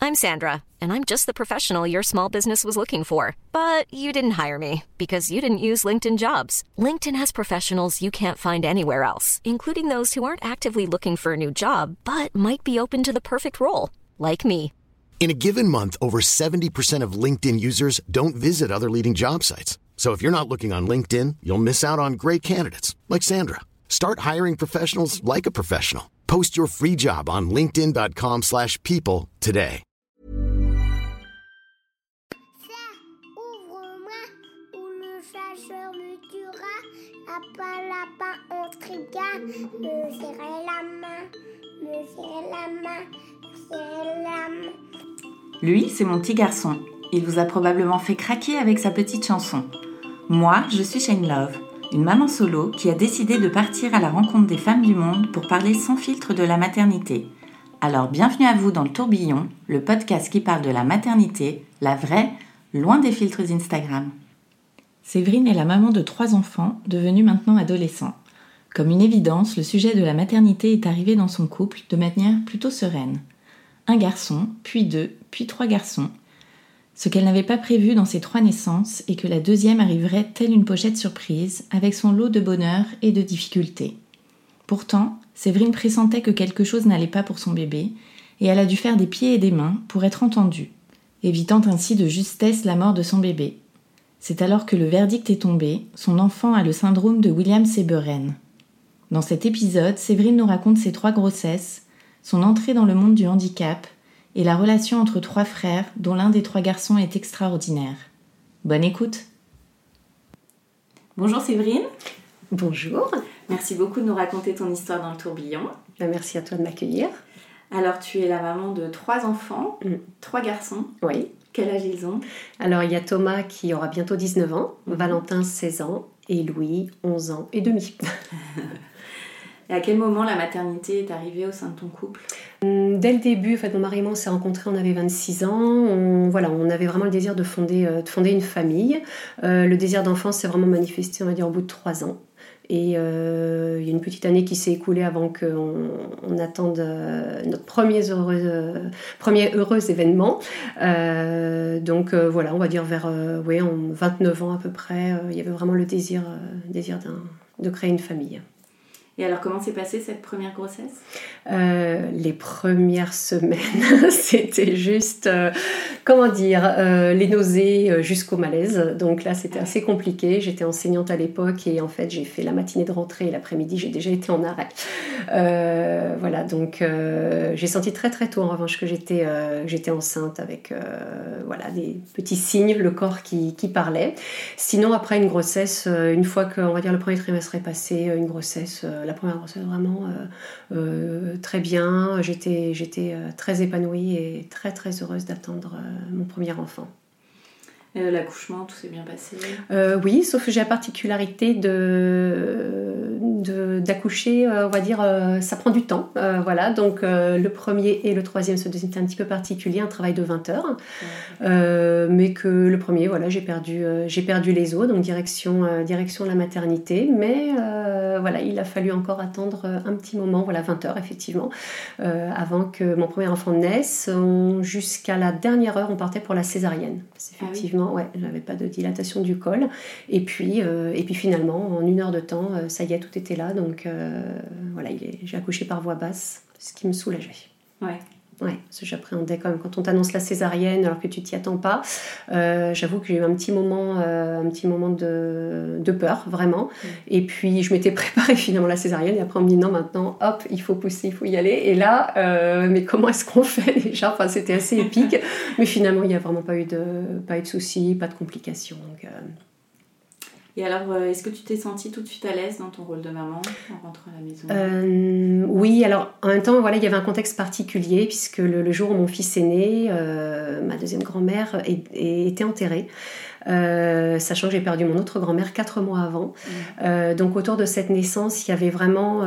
I'm Sandra, and I'm just the professional your small business was looking for. But you didn't hire me because you didn't use LinkedIn Jobs. LinkedIn has professionals you can't find anywhere else, including those who aren't actively looking for a new job, but might be open to the perfect role, like me. In a given month, over 70% of LinkedIn users don't visit other leading job sites. So if you're not looking on LinkedIn, you'll miss out on great candidates like Sandra. Start hiring professionals like a professional. Post your free job on linkedin.com/people today. Ouvre-moi ou le chasseur me tuera. Lapin intrigua. Me serrer la main, me serrer la main, me serrer la main. Lui, c'est mon petit garçon. Il vous a probablement fait craquer avec sa petite chanson. Moi, je suis Shane Love, une maman solo qui a décidé de partir à la rencontre des femmes du monde pour parler sans filtre de la maternité. Alors bienvenue à vous dans le Tourbillon, le podcast qui parle de la maternité, la vraie, loin des filtres Instagram. Séverine est la maman de 3 enfants, devenus maintenant adolescents. Comme une évidence, le sujet de la maternité est arrivé dans son couple de manière plutôt sereine. 1 garçon, puis 2, puis 3 garçons. Ce qu'elle n'avait pas prévu dans ces 3 naissances est que la 2e arriverait telle une pochette surprise, avec son lot de bonheur et de difficultés. Pourtant, Séverine pressentait que quelque chose n'allait pas pour son bébé, et elle a dû faire des pieds et des mains pour être entendue, évitant ainsi de justesse la mort de son bébé. C'est alors que le verdict est tombé, son enfant a le syndrome de Williams-Seberen. Dans cet épisode, Séverine nous raconte ses 3 grossesses, son entrée dans le monde du handicap, et la relation entre 3 frères, dont l'un des 3 garçons est extraordinaire. Bonne écoute. Bonjour Séverine. Bonjour. Merci beaucoup de nous raconter ton histoire dans le tourbillon. Merci à toi de m'accueillir. Alors tu es la maman de 3 enfants, 3 garçons. Oui. Quel âge ils ont ? Alors il y a Thomas qui aura bientôt 19 ans, Valentin 16 ans et Louis 11 ans et demi. Et à quel moment la maternité est arrivée au sein de ton couple ? Dès le début, en fait, mon mari et moi on s'est rencontrés, on avait 26 ans. On avait vraiment le désir de fonder une famille. Le désir d'enfant s'est vraiment manifesté, on va dire, au bout de 3 ans. Et il y a une petite année qui s'est écoulée avant qu'on attende notre premier heureux événement. On va dire vers 29 ans à peu près, il y avait vraiment le désir de créer une famille. Et alors, comment s'est passée cette première grossesse ? Les premières semaines, c'était juste, les nausées jusqu'au malaise. Donc là, c'était assez compliqué. J'étais enseignante à l'époque et en fait, j'ai fait la matinée de rentrée et l'après-midi, j'ai déjà été en arrêt. J'ai senti très très tôt en revanche que j'étais enceinte avec des petits signes, le corps qui parlait. Sinon, après une grossesse, une fois que le premier trimestre est passé, la première grossesse vraiment très bien. J'étais très épanouie et très très heureuse d'attendre mon premier enfant. L'accouchement, tout s'est bien passé ? Oui, sauf que j'ai la particularité d'accoucher, ça prend du temps. Donc le premier et le troisième, ce deuxième, c'était un petit peu particulier, un travail de 20 heures. Mais que le premier, j'ai perdu les os, donc direction la maternité. Mais il a fallu encore attendre un petit moment, 20 heures effectivement, avant que mon premier enfant naisse. Jusqu'à la dernière heure, on partait pour la césarienne. Effectivement, je n'avais pas de dilatation du col. Et puis finalement, en 1 heure de temps, ça y est, tout était là. Donc j'ai accouché par voie basse, ce qui me soulageait. Ouais. Ouais, parce que j'appréhendais quand même quand on t'annonce la césarienne alors que tu t'y attends pas. J'avoue que j'ai eu un petit moment de peur, vraiment. Et puis je m'étais préparée finalement à la césarienne et après on me dit non, maintenant, hop, il faut pousser, il faut y aller. Et là, mais comment est-ce qu'on fait déjà ? Enfin, c'était assez épique. Mais finalement, il n'y a vraiment pas eu de soucis, pas de complications. Donc, Et alors, est-ce que tu t'es sentie tout de suite à l'aise dans ton rôle de maman en rentrant à la maison ? Oui, alors en même temps, il y avait un contexte particulier puisque le jour où mon fils est né, ma deuxième grand-mère était enterrée. sachant que j'ai perdu mon autre grand-mère 4 mois avant. Donc autour de cette naissance, il y avait vraiment...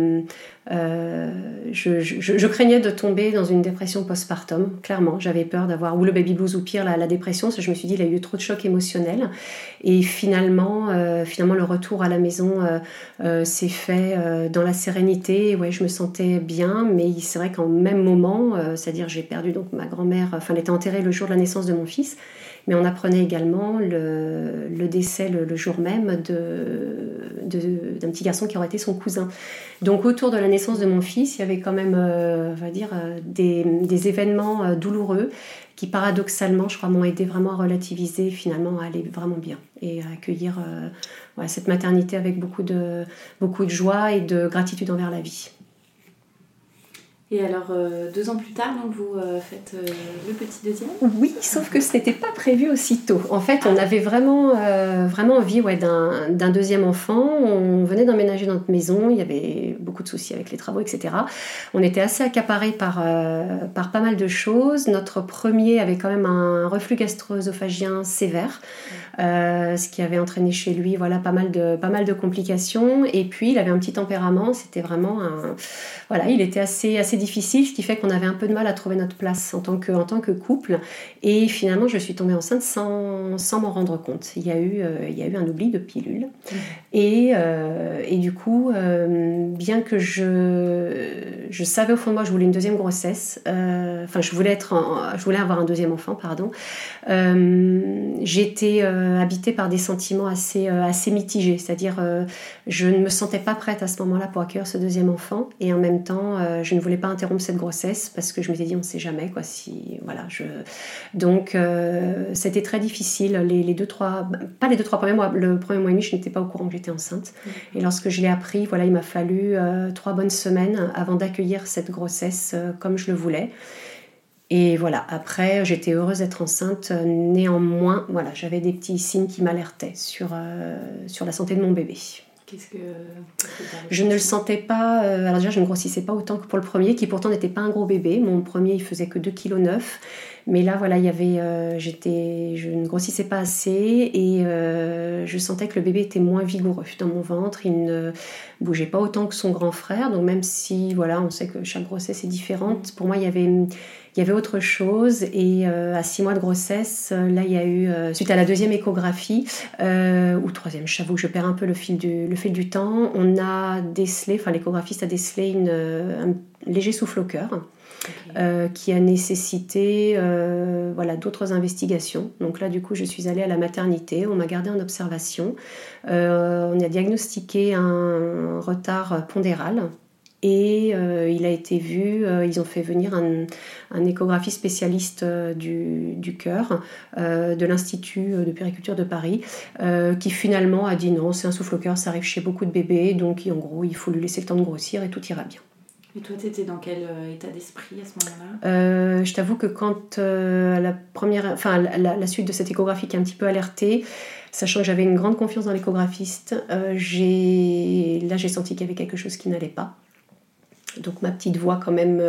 je craignais de tomber dans une dépression postpartum, clairement. J'avais peur d'avoir ou le baby blues ou pire la dépression, parce que je me suis dit il a eu trop de chocs émotionnels. Et finalement le retour à la maison s'est fait dans la sérénité. Ouais, je me sentais bien, mais c'est vrai qu'en même moment, c'est-à-dire j'ai perdu donc ma grand-mère, elle était enterrée le jour de la naissance de mon fils, mais on apprenait également le décès le jour même d'un petit garçon qui aurait été son cousin. Donc autour de la naissance de mon fils, il y avait quand même, des événements douloureux qui paradoxalement, je crois, m'ont aidé vraiment à relativiser, finalement à aller vraiment bien et à accueillir cette maternité avec beaucoup de joie et de gratitude envers la vie. Et alors, 2 ans plus tard, donc vous faites le petit deuxième ? Oui, sauf que ce n'était pas prévu aussitôt. En fait, on avait vraiment envie d'un deuxième enfant. On venait d'emménager dans notre maison. Il y avait beaucoup de soucis avec les travaux, etc. On était assez accaparés par pas mal de choses. Notre premier avait quand même un reflux gastro-œsophagien sévère, ce qui avait entraîné chez lui pas mal de complications. Et puis, il avait un petit tempérament. C'était vraiment il était assez difficile, ce qui fait qu'on avait un peu de mal à trouver notre place en tant que couple. Et finalement, je suis tombée enceinte sans m'en rendre compte. Il y a eu un oubli de pilule. Et du coup, bien que je savais au fond de moi que je voulais une deuxième grossesse, je voulais avoir un deuxième enfant, pardon. J'étais habitée par des sentiments assez mitigés, c'est-à-dire je ne me sentais pas prête à ce moment-là pour accueillir ce deuxième enfant, et en même temps je ne voulais pas interrompre cette grossesse parce que je m'étais dit on ne sait jamais quoi, donc c'était très difficile les 2-3 premiers mois. Le premier mois et demi, je n'étais pas au courant que j'étais enceinte, et lorsque je l'ai appris, il m'a fallu 3 bonnes semaines avant d'accueillir cette grossesse comme je le voulais. Et après, j'étais heureuse d'être enceinte. Néanmoins, j'avais des petits signes qui m'alertaient sur la santé de mon bébé. Qu'est-ce que je ne le sentais pas. Alors déjà, je ne grossissais pas autant que pour le premier, qui pourtant n'était pas un gros bébé. Mon premier, il faisait que 2,9 kg. Mais là, il y avait, je ne grossissais pas assez, et je sentais que le bébé était moins vigoureux dans mon ventre. Il ne bougeait pas autant que son grand frère. Donc même si, on sait que chaque grossesse est différente, pour moi, il y avait autre chose. Et à 6 mois de grossesse, là, il y a eu, suite à la 2e échographie, ou 3e, j'avoue que je perds un peu le fil du temps, on a décelé, l'échographiste a décelé un léger souffle au cœur. Qui a nécessité d'autres investigations. Donc là, du coup, je suis allée à la maternité, on m'a gardée en observation. On a diagnostiqué un retard pondéral, et il a été vu, ils ont fait venir un échographiste spécialiste du cœur de l'Institut de puériculture de Paris, qui finalement a dit non, c'est un souffle au cœur, ça arrive chez beaucoup de bébés, donc en gros, il faut lui laisser le temps de grossir et tout ira bien. Et toi, tu étais dans quel état d'esprit à ce moment-là ? Je t'avoue que quand la suite de cette échographie qui a un petit peu alerté, sachant que j'avais une grande confiance dans l'échographiste, j'ai senti qu'il y avait quelque chose qui n'allait pas. Donc ma petite voix quand même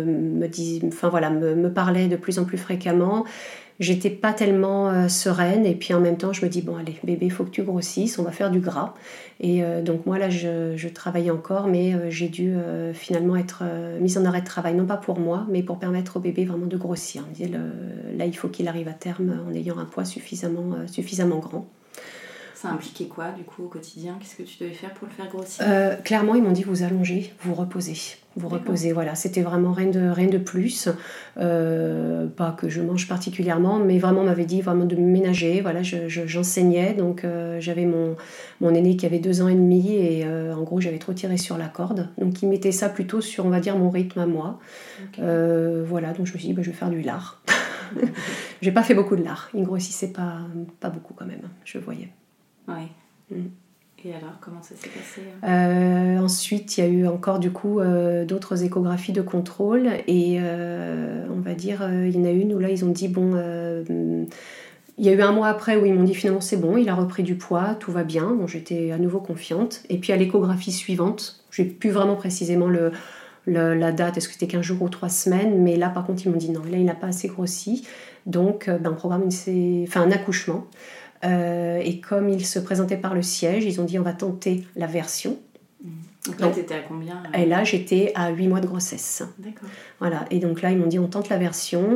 me parlait de plus en plus fréquemment. J'étais pas tellement sereine, et puis en même temps je me dis bon allez bébé, il faut que tu grossisses, on va faire du gras. Et donc moi là je travaillais encore, mais j'ai dû finalement être mise en arrêt de travail, non pas pour moi, mais pour permettre au bébé vraiment de grossir. On me disait là il faut qu'il arrive à terme en ayant un poids suffisamment grand. Ça impliquait quoi du coup au quotidien ? Qu'est-ce que tu devais faire pour le faire grossir ? Clairement, ils m'ont dit vous allongez, vous reposez. C'était vraiment rien de plus. Pas que je mange particulièrement, mais vraiment on m'avait dit vraiment de me ménager. J'enseignais, donc j'avais mon aîné qui avait 2 ans et demi, et en gros j'avais trop tiré sur la corde. Donc il mettait ça plutôt sur, on va dire, mon rythme à moi. Okay. Donc je me suis dit je vais faire du lard. J'ai pas fait beaucoup de lard. Il ne grossissait pas beaucoup quand même, je voyais. Ouais. Et alors, comment ça s'est passé ? Ensuite, il y a eu encore du coup d'autres échographies de contrôle, et on va dire, il y en a une où là ils ont dit il y a eu 1 mois après où ils m'ont dit finalement c'est bon, il a repris du poids, tout va bien. Bon, j'étais à nouveau confiante. Et puis à l'échographie suivante, j'ai plus vraiment précisément la date, est-ce que c'était 15 jours ou 3 semaines, mais là par contre ils m'ont dit non, là il n'a pas assez grossi, donc on programme un accouchement. Et comme il se présentait par le siège, ils ont dit on va tenter la version. Donc là, tu étais à combien Et là, j'étais à 8 mois de grossesse. D'accord. Voilà. Et donc là, ils m'ont dit on tente la version.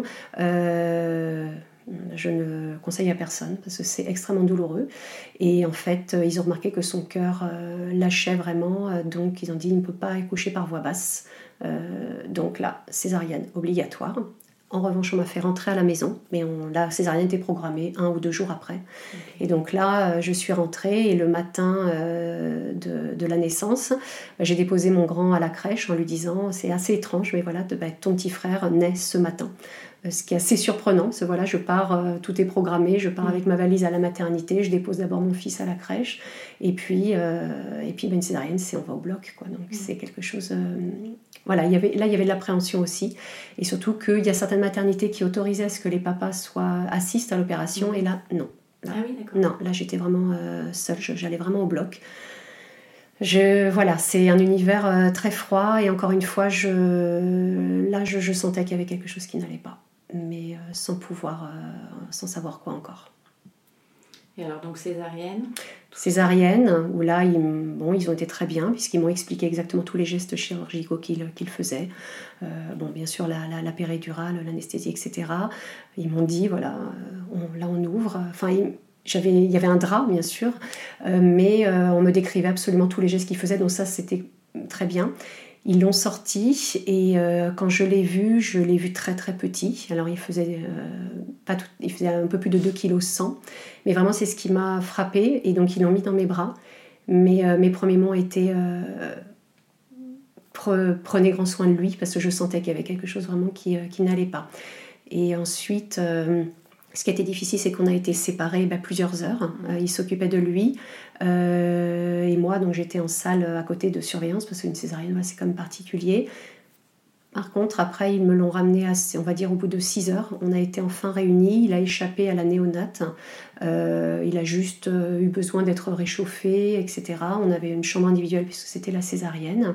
Je ne conseille à personne parce que c'est extrêmement douloureux. Et en fait, ils ont remarqué que son cœur lâchait vraiment. Donc, ils ont dit il ne peut pas accoucher par voie basse. Donc là, césarienne obligatoire. En revanche, on m'a fait rentrer à la maison, mais la césarienne était programmée 1 ou 2 jours après. Okay. Et donc là, je suis rentrée et le matin de la naissance, j'ai déposé mon grand à la crèche en lui disant, c'est assez étrange, mais voilà, ton petit frère naît ce matin. Ce qui est assez surprenant, parce que voilà, je pars, tout est programmé, je pars avec ma valise à la maternité, je dépose d'abord mon fils à la crèche, et puis une césarienne, on va au bloc, quoi. Donc c'est quelque chose... Voilà, il y avait de l'appréhension aussi, et surtout qu'il y a certaines maternités qui autorisaient à ce que les papas assistent à l'opération, et là, non. Là, ah oui, d'accord. Non, là j'étais vraiment seule, j'allais vraiment au bloc. Voilà, c'est un univers très froid, et encore une fois, je sentais qu'il y avait quelque chose qui n'allait pas, mais sans savoir quoi encore. Et alors, donc césarienne, où là, ils ont été très bien, puisqu'ils m'ont expliqué exactement tous les gestes chirurgicaux qu'ils faisaient. Bien sûr, la péridurale, l'anesthésie, etc. Ils m'ont dit, voilà, on ouvre. Enfin, il y avait un drap, bien sûr, mais on me décrivait absolument tous les gestes qu'ils faisaient, donc ça, c'était très bien. Ils l'ont sorti et quand je l'ai vu très très petit. Alors il faisait un peu plus de 2,1 kg, mais vraiment c'est ce qui m'a frappée, et donc ils l'ont mis dans mes bras. Mais mes premiers mots étaient prenez grand soin de lui, parce que je sentais qu'il y avait quelque chose vraiment qui n'allait pas. Et ensuite... ce qui a été difficile, c'est qu'on a été séparés plusieurs heures. Il s'occupait de lui. Et moi, donc, j'étais en salle à côté de surveillance, parce qu'une césarienne, c'est quand même particulier. Par contre, après, ils me l'ont ramené, on va dire, au bout de 6 heures. On a été enfin réunis. Il a échappé à la néonate. Il a juste eu besoin d'être réchauffé, etc. On avait une chambre individuelle, puisque c'était la césarienne.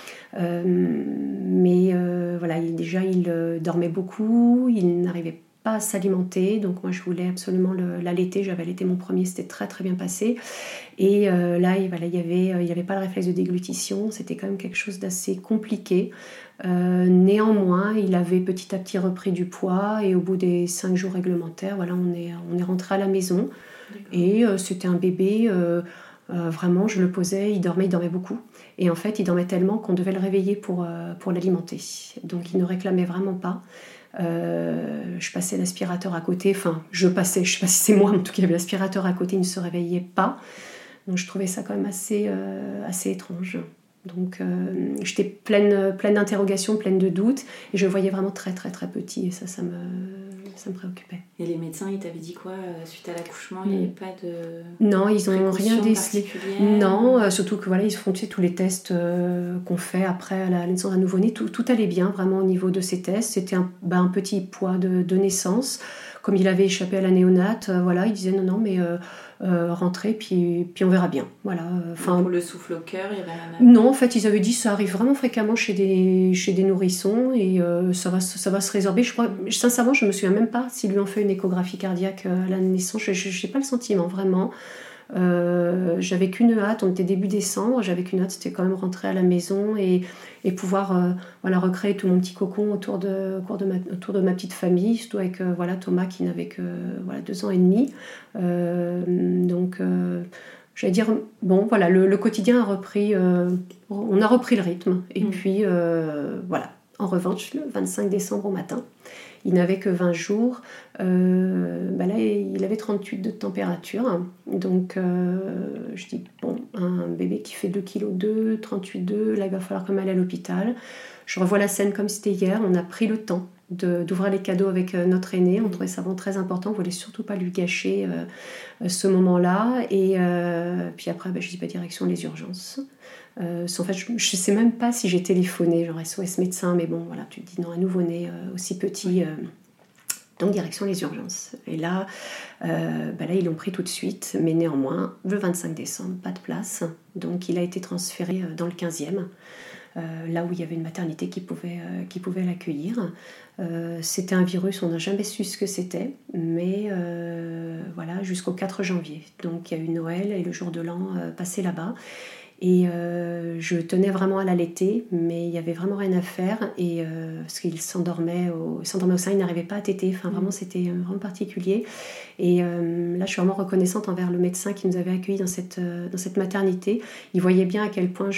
Voilà, il dormait beaucoup. Il n'arrivait pas à s'alimenter, donc moi je voulais absolument l'allaiter. J'avais allaité mon premier, c'était très très bien passé, et là il y avait pas le réflexe de déglutition, c'était quand même quelque chose d'assez compliqué. Néanmoins, il avait petit à petit repris du poids, et au bout des 5 jours réglementaires, voilà, on est rentré à la maison. D'accord. Et c'était un bébé, vraiment je le posais, il dormait beaucoup, et en fait il dormait tellement qu'on devait le réveiller pour l'alimenter, donc il ne réclamait vraiment pas. Je passais l'aspirateur à côté, je sais pas si c'est moi, en tout cas il y avait l'aspirateur à côté, il ne se réveillait pas, donc je trouvais ça quand même assez étrange. Donc j'étais pleine d'interrogations, pleine de doutes, et je le voyais vraiment très très très petit, et ça me préoccupait. Et les médecins, ils t'avaient dit quoi suite à l'accouchement? Il n'y avait pas de... Non, ils n'ont rien décelé. Non, surtout que voilà, ils font tous les tests qu'on fait après la naissance d'un nouveau-né. Tout allait bien vraiment au niveau de ces tests. C'était un petit poids de naissance. Comme il avait échappé à la néonate, voilà, ils disaient non, mais rentrez, puis on verra bien. Voilà. Pour le souffle au cœur, il y avait un... Non, en fait, ils avaient dit ça arrive vraiment fréquemment chez des nourrissons, et ça va se résorber. Sincèrement, je me souviens même pas s'ils lui ont fait une échographie cardiaque à la naissance. Je n'ai pas le sentiment, vraiment. J'avais qu'une hâte, on était début décembre, j'avais qu'une hâte, c'était quand même rentrer à la maison et pouvoir recréer tout mon petit cocon autour de ma petite famille, surtout avec Thomas qui n'avait que 2 ans et demi. J'allais dire, le quotidien a repris, on a repris le rythme, et puis voilà. En revanche, le 25 décembre au matin, il n'avait que 20 jours. Là, il avait 38 de température. Donc, je dis, un bébé qui fait 2,2 kg, 38,2, là, il va falloir quand même aller à l'hôpital. Je revois la scène comme c'était hier. On a pris le temps d'ouvrir les cadeaux avec notre aîné. On trouvait ça vraiment très important. On ne voulait surtout pas lui gâcher ce moment-là. Et puis après, je dis direction les urgences. En fait, je ne sais même pas si j'ai téléphoné, genre SOS médecin, mais bon, voilà, tu te dis non, un nouveau-né aussi petit, donc direction les urgences. Et là, ils l'ont pris tout de suite, mais néanmoins, le 25 décembre, pas de place, donc il a été transféré dans le 15e. là où il y avait une maternité qui pouvait l'accueillir. C'était un virus, on n'a jamais su ce que c'était, mais voilà, jusqu'au 4 janvier. Donc il y a eu Noël et le jour de l'an passé là-bas. Et je tenais vraiment à l'allaiter, mais il n'y avait vraiment rien à faire, et parce qu'il s'endormait au sein, il n'arrivait pas à téter, enfin vraiment c'était vraiment particulier. Et là je suis vraiment reconnaissante envers le médecin qui nous avait accueillis dans cette maternité. Il voyait bien à quel point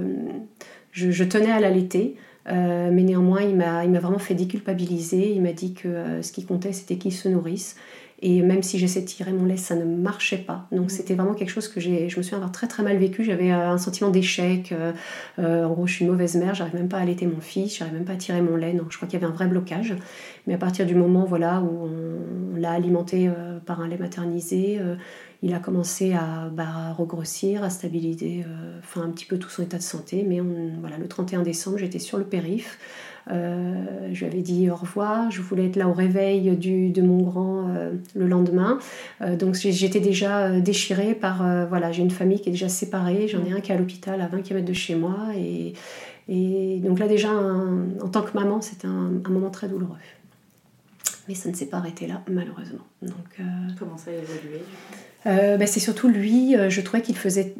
je tenais à l'allaiter, mais néanmoins il m'a vraiment fait déculpabiliser. Il m'a dit que ce qui comptait c'était qu'il se nourrisse. Et même si j'essayais de tirer mon lait, ça ne marchait pas. Donc c'était vraiment quelque chose que je me souviens avoir très très mal vécu. J'avais un sentiment d'échec. En gros, je suis une mauvaise mère. J'arrive même pas à allaiter mon fils. J'arrive même pas à tirer mon lait. Donc je crois qu'il y avait un vrai blocage. Mais à partir du moment où on l'a alimenté par un lait maternisé, il a commencé à regrossir, à stabiliser un petit peu tout son état de santé. Mais le 31 décembre, j'étais sur le périph'. Je lui avais dit au revoir, je voulais être là au réveil de mon grand le lendemain, donc j'étais déjà déchirée par j'ai une famille qui est déjà séparée, j'en ai un qui est à l'hôpital à 20 km de chez moi, et donc là déjà en tant que maman c'était un moment très douloureux, mais ça ne s'est pas arrêté là malheureusement. Donc, comment ça a évolué? C'est surtout lui, je trouvais qu'il faisait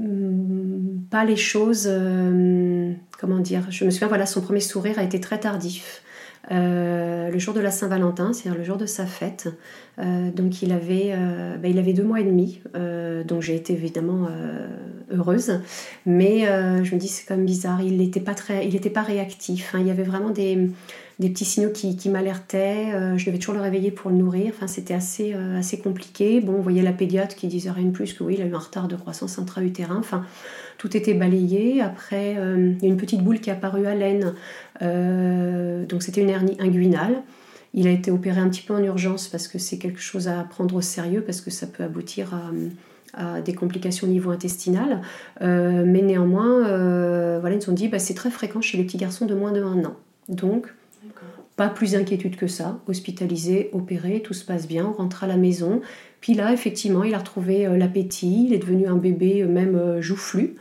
pas les choses, comment dire, je me souviens, son premier sourire a été très tardif. Le jour de la Saint-Valentin, c'est-à-dire le jour de sa fête, donc il avait 2 mois et demi, donc j'ai été évidemment heureuse, mais je me dis c'est quand même bizarre, il n'était pas réactif, il y avait vraiment des petits signaux qui m'alertaient, je devais toujours le réveiller pour le nourrir, c'était assez compliqué. Bon, on voyait la pédiatre qui disait rien de plus que oui, il a eu un retard de croissance intra-utérin, tout était balayé. Après, il y a une petite boule qui est apparue à l'aine, donc c'était une hernie inguinale. Il a été opéré un petit peu en urgence parce que c'est quelque chose à prendre au sérieux, parce que ça peut aboutir à des complications au niveau intestinal, mais néanmoins, ils nous ont dit c'est très fréquent chez les petits garçons de moins de 1 an. Donc, pas plus d'inquiétude que ça, hospitalisé, opéré, tout se passe bien, on rentre à la maison. Puis là, effectivement, il a retrouvé l'appétit, il est devenu un bébé même joufflu.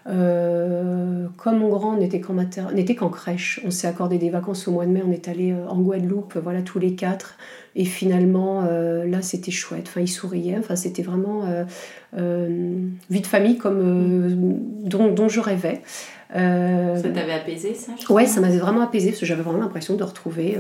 Comme mon grand n'était qu'en crèche, on s'est accordé des vacances au mois de mai, on est allé en Guadeloupe, tous les 4. Et finalement, là, c'était chouette. Il souriait. C'était vraiment vie de famille dont je rêvais. Ça t'avait apaisé, ça? Ouais, ça m'avait vraiment apaisé, parce que j'avais vraiment l'impression de retrouver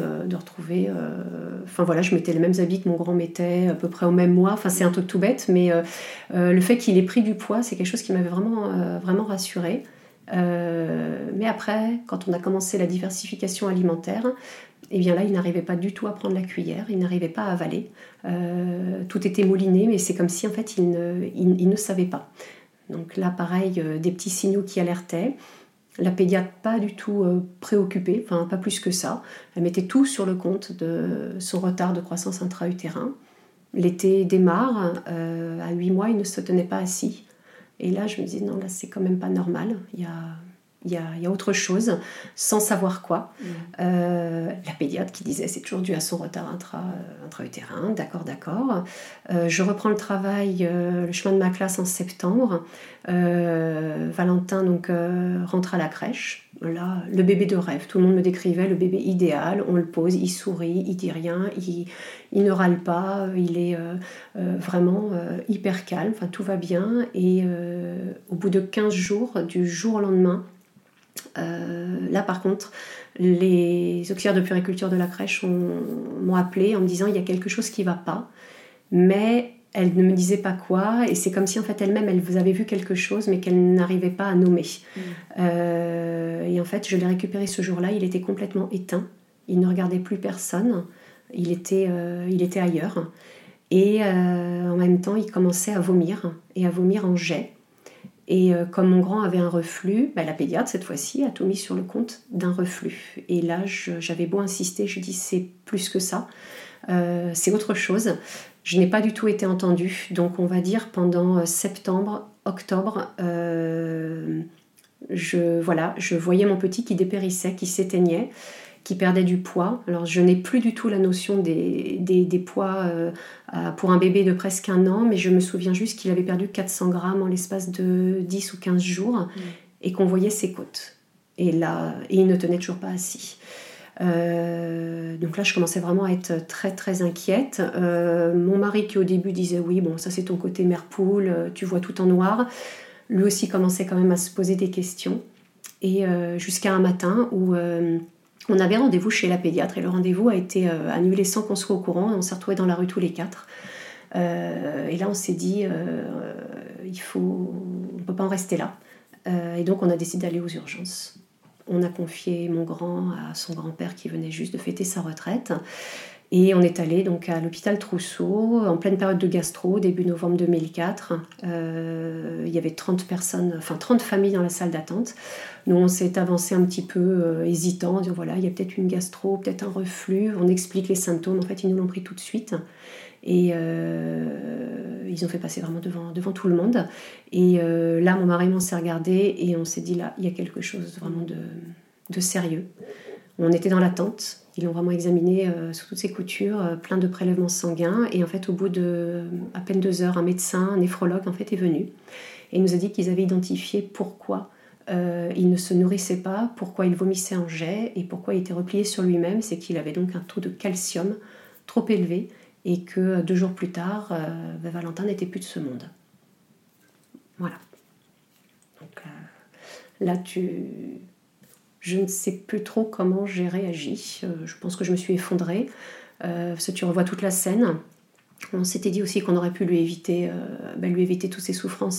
je mettais les mêmes habits que mon grand mettait à peu près au même mois. C'est un truc tout bête, mais le fait qu'il ait pris du poids, c'est quelque chose qui m'avait vraiment rassurée. Mais après, quand on a commencé la diversification alimentaire, et bien là, il n'arrivait pas du tout à prendre la cuillère, il n'arrivait pas à avaler. Tout était mouliné, mais c'est comme si en fait il ne savait pas. Donc là, pareil, des petits signaux qui alertaient. La pédiatre pas du tout préoccupée, pas plus que ça. Elle mettait tout sur le compte de son retard de croissance intra-utérin. L'été démarre, à 8 mois, il ne se tenait pas assis. Et là, je me disais, non, là, c'est quand même pas normal. Il y a autre chose, sans savoir quoi. La pédiatre qui disait c'est toujours dû à son retard intra-utérin, d'accord. Je reprends le travail, le chemin de ma classe en septembre. Valentin rentre à la crèche. Là, le bébé de rêve, tout le monde me décrivait le bébé idéal. On le pose, il sourit, il dit rien, il ne râle pas, il est vraiment hyper calme, tout va bien. Et au bout de 15 jours, du jour au lendemain, là par contre les auxiliaires de puériculture de la crèche m'ont appelée en me disant il y a quelque chose qui va pas, mais elle ne me disait pas quoi, et c'est comme si en fait elle-même elle avait vu quelque chose mais qu'elle n'arrivait pas à nommer. Et en fait je l'ai récupéré ce jour-là, il était complètement éteint, il ne regardait plus personne, il était ailleurs, et en même temps il commençait à vomir en jet. Et comme mon grand avait un reflux, la pédiatre cette fois-ci a tout mis sur le compte d'un reflux. Et là j'avais beau insister, je dis c'est plus que ça, c'est autre chose. Je n'ai pas du tout été entendue, donc on va dire pendant septembre, octobre, je voyais mon petit qui dépérissait, qui s'éteignait, qui perdait du poids. Alors je n'ai plus du tout la notion des poids pour un bébé de presque 1 an, mais je me souviens juste qu'il avait perdu 400 grammes en l'espace de 10 ou 15 jours et qu'on voyait ses côtes. Et il ne tenait toujours pas assis. Donc là, je commençais vraiment à être très très inquiète. Mon mari qui au début disait oui, bon, ça c'est ton côté mère poule, tu vois tout en noir. Lui aussi commençait quand même à se poser des questions. Et jusqu'à un matin où on avait rendez-vous chez la pédiatre et le rendez-vous a été annulé sans qu'on soit au courant. On s'est retrouvés dans la rue tous les 4. Et là, on s'est dit, on ne peut pas en rester là. Et donc, on a décidé d'aller aux urgences. On a confié mon grand à son grand-père qui venait juste de fêter sa retraite. Et on est allé donc à l'hôpital Trousseau, en pleine période de gastro, début novembre 2004. Il y avait 30 familles dans la salle d'attente. Nous, on s'est avancé un petit peu hésitant, en disant voilà, il y a peut-être une gastro, peut-être un reflux. On explique les symptômes. En fait, ils nous l'ont pris tout de suite. Et ils ont fait passer vraiment devant tout le monde. Et là, mon mari et moi, on s'est regardés et on s'est dit là, il y a quelque chose vraiment de sérieux. On était dans l'attente. Ils l'ont vraiment examiné sous toutes ses coutures, plein de prélèvements sanguins. Et en fait, au bout de à peine 2 heures, un médecin, un néphrologue, en fait, est venu. Et il nous a dit qu'ils avaient identifié pourquoi il ne se nourrissait pas, pourquoi il vomissait en jet et pourquoi il était replié sur lui-même. C'est qu'il avait donc un taux de calcium trop élevé et que 2 jours plus tard, Valentin n'était plus de ce monde. Voilà. Donc là, je ne sais plus trop comment j'ai réagi. Je pense que je me suis effondrée. Parce que tu revois toute la scène. On s'était dit aussi qu'on aurait pu lui éviter toutes ces souffrances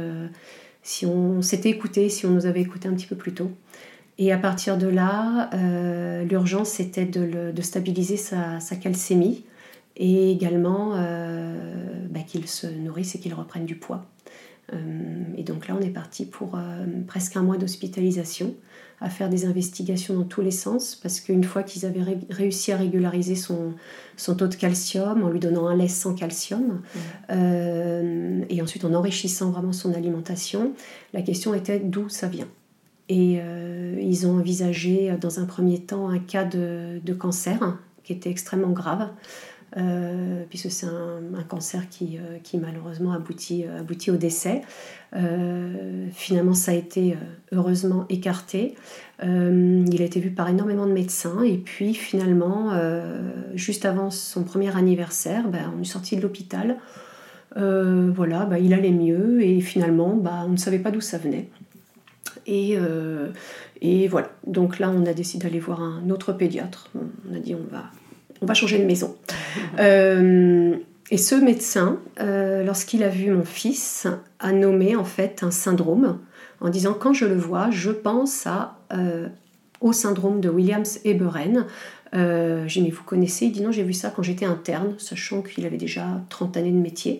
si on s'était écouté, si on nous avait écouté un petit peu plus tôt. Et à partir de là, l'urgence, c'était de stabiliser sa calcémie et également qu'il se nourrisse et qu'il reprenne du poids. Et donc là, on est parti pour presque 1 mois d'hospitalisation, à faire des investigations dans tous les sens, parce qu'une fois qu'ils avaient réussi à régulariser son taux de calcium, en lui donnant un lait sans calcium, et ensuite en enrichissant vraiment son alimentation, la question était d'où ça vient. Et ils ont envisagé dans un premier temps un cas de cancer qui était extrêmement grave, puisque c'est un cancer qui malheureusement aboutit au décès. Finalement, ça a été heureusement écarté. Il a été vu par énormément de médecins et puis finalement, juste avant son premier anniversaire, on est sorti de l'hôpital. Il allait mieux et finalement, on ne savait pas d'où ça venait. Et voilà. Donc là, on a décidé d'aller voir un autre pédiatre. On a dit on va changer de maison. Et ce médecin, lorsqu'il a vu mon fils, a nommé en fait un syndrome en disant quand je le vois, je pense au syndrome de Williams-Eberen. J'ai dit mais vous connaissez? Il dit non, j'ai vu ça quand j'étais interne, sachant qu'il avait déjà 30 années de métier.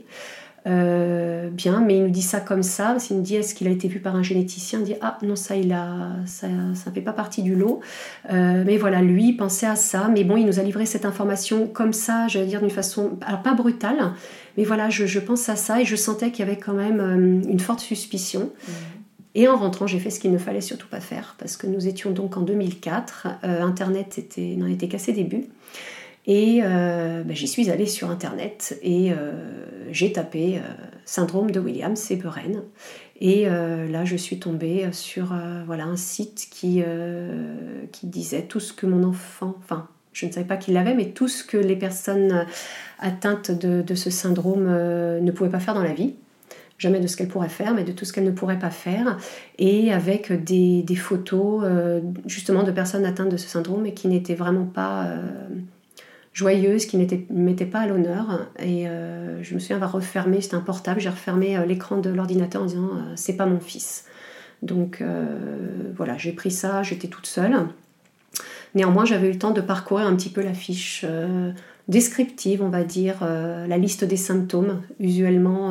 Bien, mais il nous dit ça comme ça, parce qu'il nous dit est-ce qu'il a été vu par un généticien? Il dit ah non, ça fait pas partie du lot, mais voilà, lui il pensait à ça, mais bon, il nous a livré cette information comme ça, j'allais dire d'une façon, alors pas brutale, mais voilà, je pense à ça et je sentais qu'il y avait quand même une forte suspicion. Et en rentrant, j'ai fait ce qu'il ne fallait surtout pas faire, parce que nous étions donc en 2004, Internet n'en était qu'à ses débuts. Et j'y suis allée sur Internet et j'ai tapé syndrome de Williams-Eberen. Et là, je suis tombée sur un site qui disait tout ce que mon enfant... Enfin, je ne savais pas qu'il l'avait, mais tout ce que les personnes atteintes de ce syndrome ne pouvaient pas faire dans la vie. Jamais de ce qu'elles pourraient faire, mais de tout ce qu'elles ne pourraient pas faire. Et avec des photos justement de personnes atteintes de ce syndrome et qui n'étaient vraiment pas... joyeuse, qui ne mettait pas à l'honneur. Et je me souviens avoir refermé, c'était un portable, j'ai refermé l'écran de l'ordinateur en disant c'est pas mon fils. Donc j'ai pris ça, j'étais toute seule. Néanmoins, j'avais eu le temps de parcourir un petit peu la fiche descriptive, on va dire, la liste des symptômes usuellement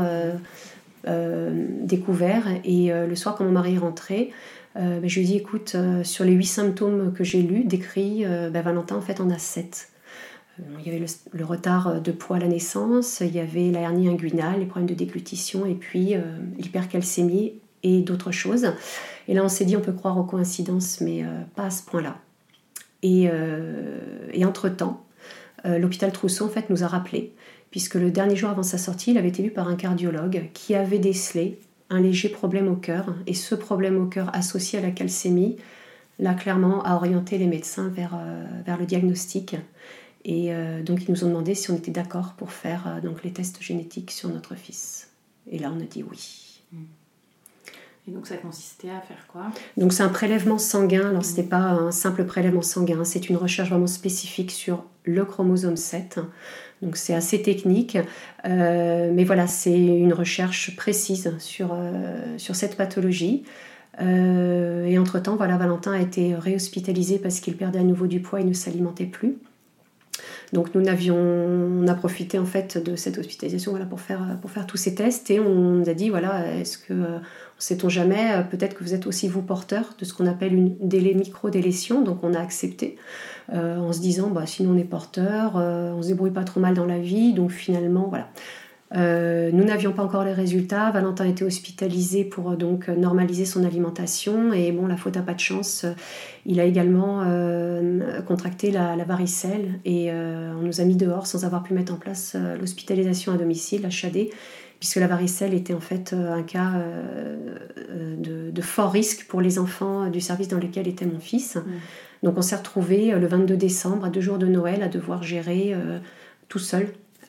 découverts. Et le soir, quand mon mari est rentré, je lui ai dit écoute, sur les 8 symptômes que j'ai lus, décrits, Valentin en fait en a 7. Il y avait le retard de poids à la naissance, il y avait la hernie inguinale, les problèmes de déglutition et puis l'hypercalcémie et d'autres choses. Et là, on s'est dit on peut croire aux coïncidences, mais pas à ce point-là. Et entre-temps, l'hôpital Trousseau en fait, nous a rappelé, puisque le dernier jour avant sa sortie, il avait été vu par un cardiologue qui avait décelé un léger problème au cœur. Et ce problème au cœur associé à la calcémie là clairement a orienté les médecins vers le diagnostic. Et donc ils nous ont demandé si on était d'accord pour faire donc les tests génétiques sur notre fils. Et là on a dit oui. Et donc ça consistait à faire quoi ? Donc c'est un prélèvement sanguin. Alors c'était pas un simple prélèvement sanguin, c'est une recherche vraiment spécifique sur le chromosome 7. Donc c'est assez technique, mais voilà, c'est une recherche précise sur cette pathologie. Et entre-temps, voilà, Valentin a été réhospitalisé parce qu'il perdait à nouveau du poids et ne s'alimentait plus. Donc on a profité en fait de cette hospitalisation pour faire tous ces tests, et on nous a dit voilà, est-ce que sait-on jamais, peut-être que vous êtes aussi vous porteur de ce qu'on appelle une microdélétion. Donc on a accepté en se disant sinon on est porteur, on se débrouille pas trop mal dans la vie, donc finalement voilà. Nous n'avions pas encore les résultats. Valentin était hospitalisé pour donc normaliser son alimentation, et bon, la faute à pas de chance, il a également contracté la varicelle, et on nous a mis dehors sans avoir pu mettre en place l'hospitalisation à domicile, la CHAD, puisque la varicelle était en fait un cas de fort risque pour les enfants du service dans lequel était mon fils. Donc on s'est retrouvés le 22 décembre, à 2 jours de Noël, à devoir gérer tout seul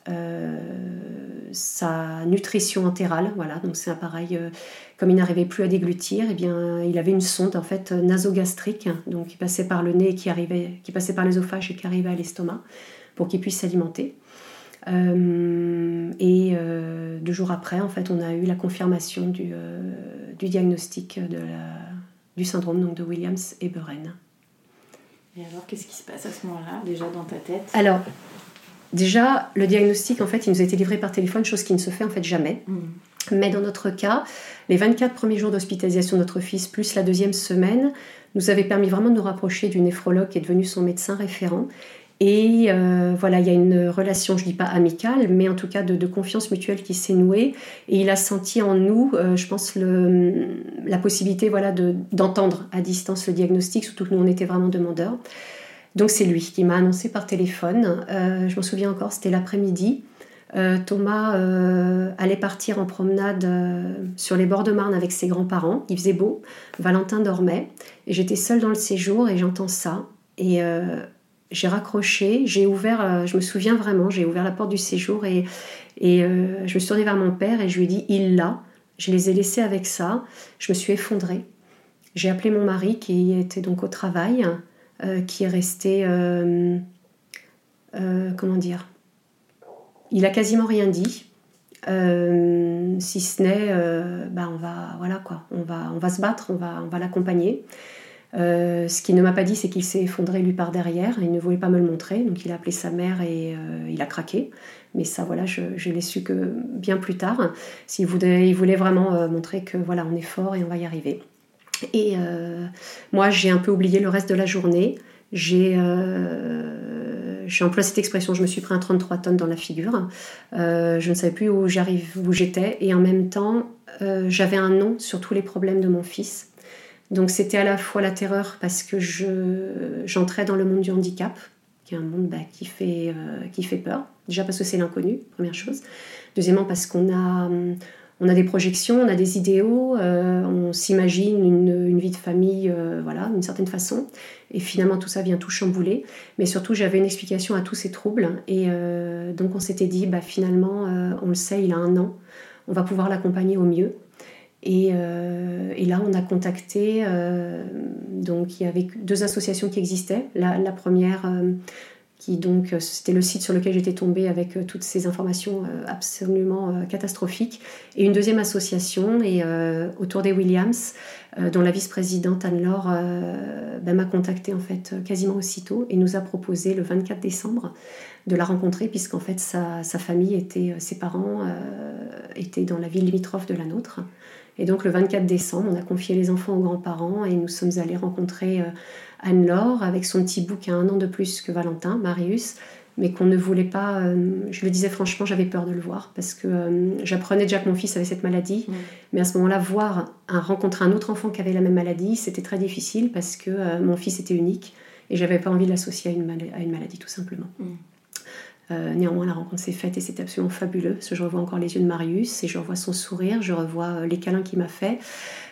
sa nutrition entérale. Voilà, donc c'est pareil, comme il n'arrivait plus à déglutir, eh bien, il avait une sonde en fait nasogastrique, donc qui passait par le nez, qui passait par l'œsophage et qui arrivait à l'estomac pour qu'il puisse s'alimenter. Et 2 jours après, en fait, on a eu la confirmation du diagnostic du syndrome donc, de Williams et Beren. Et alors, qu'est-ce qui se passe à ce moment-là, déjà dans ta tête ? Alors, déjà, le diagnostic, en fait, il nous a été livré par téléphone, chose qui ne se fait en fait jamais. Mais dans notre cas, les 24 premiers jours d'hospitalisation de notre fils, plus la 2e semaine, nous avaient permis vraiment de nous rapprocher du néphrologue qui est devenu son médecin référent. Et voilà, il y a une relation, je ne dis pas amicale, mais en tout cas de confiance mutuelle qui s'est nouée. Et il a senti en nous, je pense, la possibilité voilà, d'entendre à distance le diagnostic, surtout que nous, on était vraiment demandeurs. Donc c'est lui qui m'a annoncé par téléphone. Je m'en souviens encore, c'était l'après-midi. Thomas allait partir en promenade sur les bords de Marne avec ses grands-parents. Il faisait beau, Valentin dormait, et j'étais seule dans le séjour et j'entends ça. Et j'ai raccroché, j'ai ouvert, je me souviens vraiment, j'ai ouvert la porte du séjour et je me suis tournée vers mon père et je lui ai dit « il l'a ». Je les ai laissés avec ça, je me suis effondrée. J'ai appelé mon mari qui était donc au travail, qui est resté, comment dire, il a quasiment rien dit, si ce n'est, on va se battre, on va l'accompagner. Ce qu'il ne m'a pas dit, c'est qu'il s'est effondré lui par derrière. Il ne voulait pas me le montrer, donc il a appelé sa mère et il a craqué. Mais ça, voilà, je l'ai su que bien plus tard. Il voulait vraiment montrer que voilà, on est fort et on va y arriver. Et moi, j'ai un peu oublié le reste de la journée. J'ai employé cette expression, je me suis pris un 33 tonnes dans la figure. Je ne savais plus où j'étais. Et en même temps, j'avais un nom sur tous les problèmes de mon fils. Donc c'était à la fois la terreur parce que j'entrais dans le monde du handicap, qui est un monde qui fait peur. Déjà parce que c'est l'inconnu, première chose. Deuxièmement parce qu'on a des projections, on a des idéaux, on s'imagine une vie de famille, voilà, d'une certaine façon. Et finalement tout ça vient tout chambouler. Mais surtout j'avais une explication à tous ces troubles. Et donc on s'était dit, finalement, on le sait, il a 1 an, on va pouvoir l'accompagner au mieux. Et là, on a contacté, donc il y avait 2 associations qui existaient. La première, c'était le site sur lequel j'étais tombée avec toutes ces informations absolument catastrophiques. Et une deuxième association, autour des Williams, dont la vice-présidente Anne-Laure m'a contactée en fait quasiment aussitôt et nous a proposé le 24 décembre de la rencontrer, puisqu'en fait sa famille ses parents étaient dans la ville limitrophe de la nôtre. Et donc le 24 décembre, on a confié les enfants aux grands-parents et nous sommes allés rencontrer Anne-Laure avec son petit bout qui a 1 an de plus que Valentin, Marius, mais qu'on ne voulait pas... je le disais franchement, j'avais peur de le voir parce que j'apprenais déjà que mon fils avait cette maladie, mais à ce moment-là, rencontrer un autre enfant qui avait la même maladie, c'était très difficile parce que mon fils était unique et j'avais pas envie de l'associer à une maladie tout simplement. Néanmoins, la rencontre s'est faite et c'était absolument fabuleux. Parce que je revois encore les yeux de Marius et je revois son sourire, je revois les câlins qu'il m'a fait.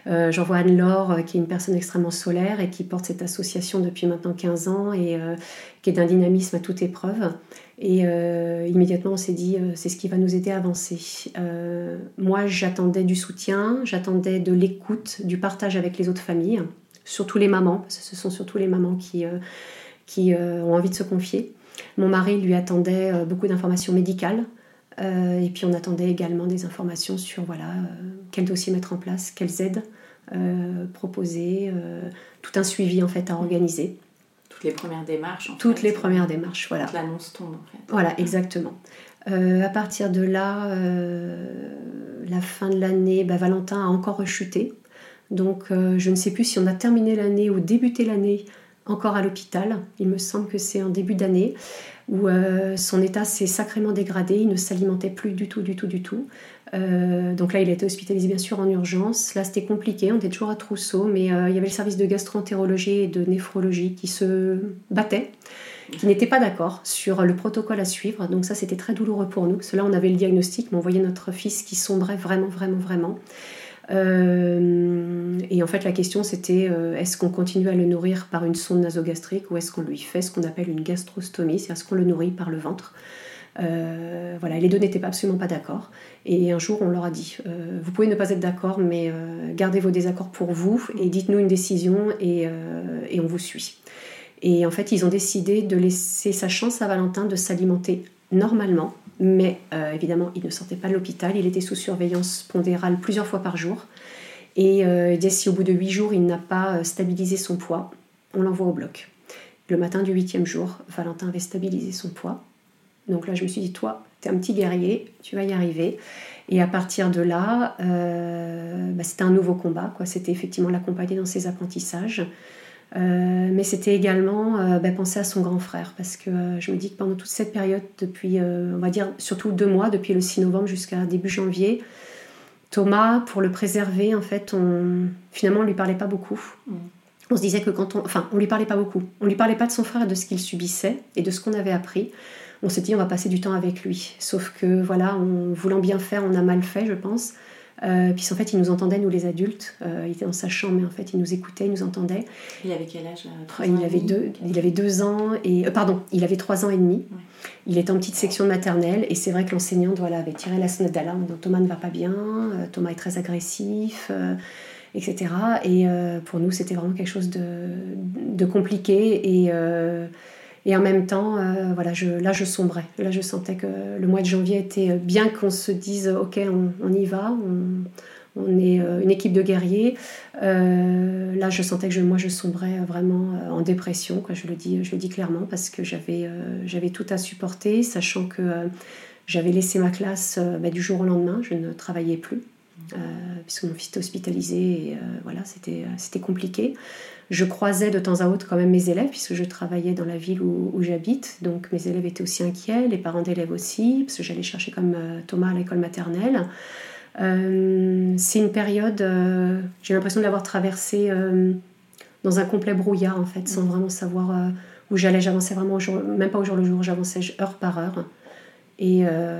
J'envoie Anne-Laure, qui est une personne extrêmement solaire et qui porte cette association depuis maintenant 15 ans et qui est d'un dynamisme à toute épreuve. Et immédiatement, on s'est dit, c'est ce qui va nous aider à avancer. Moi, j'attendais du soutien, j'attendais de l'écoute, du partage avec les autres familles, surtout les mamans, parce que ce sont surtout les mamans qui ont envie de se confier. Mon mari lui attendait beaucoup d'informations médicales. Et puis on attendait également des informations sur quel dossier mettre en place, quelles aides proposer, tout un suivi en fait à organiser. Toutes les premières démarches. Les premières démarches, voilà. Quand l'annonce tombe en fait. Voilà, exactement. À partir de là, la fin de l'année, Valentin a encore rechuté. Donc je ne sais plus si on a terminé l'année ou débuté l'année encore à l'hôpital. Il me semble que c'est en début d'année où son état s'est sacrément dégradé. Il ne s'alimentait plus du tout. Donc là, il a été hospitalisé bien sûr en urgence. Là, c'était compliqué. On était toujours à Trousseau, mais il y avait le service de gastro-entérologie et de néphrologie qui se battait, qui n'étaient pas d'accord sur le protocole à suivre. Donc ça, c'était très douloureux pour nous. Parce que là, on avait le diagnostic, mais on voyait notre fils qui sombrait vraiment. Et en fait la question c'était est-ce qu'on continue à le nourrir par une sonde nasogastrique ou est-ce qu'on lui fait ce qu'on appelle une gastrostomie, c'est-à-dire est-ce qu'on le nourrit par le ventre. Et les deux n'étaient absolument pas d'accord et un jour on leur a dit vous pouvez ne pas être d'accord mais gardez vos désaccords pour vous et dites-nous une décision et on vous suit. Et en fait ils ont décidé de laisser sa chance à Valentin de s'alimenter normalement. Mais évidemment, il ne sortait pas de l'hôpital, il était sous surveillance pondérale plusieurs fois par jour. Et si au bout de 8 jours, il n'a pas stabilisé son poids, on l'envoie au bloc. Le matin du 8e jour, Valentin avait stabilisé son poids. Donc là, je me suis dit, toi, t'es un petit guerrier, tu vas y arriver. Et à partir de là, c'était un nouveau combat, quoi. C'était effectivement l'accompagner dans ses apprentissages. Mais c'était également penser à son grand frère parce que je me dis que pendant toute cette période depuis on va dire surtout 2 mois depuis le 6 novembre jusqu'à début janvier, Thomas, pour le préserver en fait finalement on lui parlait pas beaucoup. On se disait que on lui parlait pas beaucoup, on lui parlait pas de son frère et de ce qu'il subissait et de ce qu'on avait appris. On s'est dit on va passer du temps avec lui, sauf que en voulant bien faire on a mal fait je pense. Puis en fait il nous entendait nous les adultes, il était dans sa chambre mais en fait il nous écoutait, il nous entendait. Il avait quel âge là, il avait 2 ans et il avait 3 ans et demi. Ouais. Il était en petite section de maternelle et c'est vrai que l'enseignante avait tiré la sonnette d'alarme, donc Thomas ne va pas bien, Thomas est très agressif, etc. Et pour nous c'était vraiment quelque chose de compliqué et en même temps, je sombrais. Là, je sentais que le mois de janvier était bien qu'on se dise « Ok, on y va, on est une équipe de guerriers ». Là, je sentais que je sombrais vraiment en dépression, quoi. Je le dis clairement, parce que j'avais tout à supporter, sachant que j'avais laissé ma classe du jour au lendemain. Je ne travaillais plus, puisque mon fils était hospitalisé. Et c'était compliqué. Je croisais de temps à autre quand même mes élèves, puisque je travaillais dans la ville où j'habite. Donc mes élèves étaient aussi inquiets, les parents d'élèves aussi, parce que j'allais chercher comme Thomas à l'école maternelle. C'est une période, j'ai l'impression de l'avoir traversée dans un complet brouillard, en fait, sans vraiment savoir où j'allais. J'avançais vraiment même pas au jour le jour, j'avançais heure par heure. Et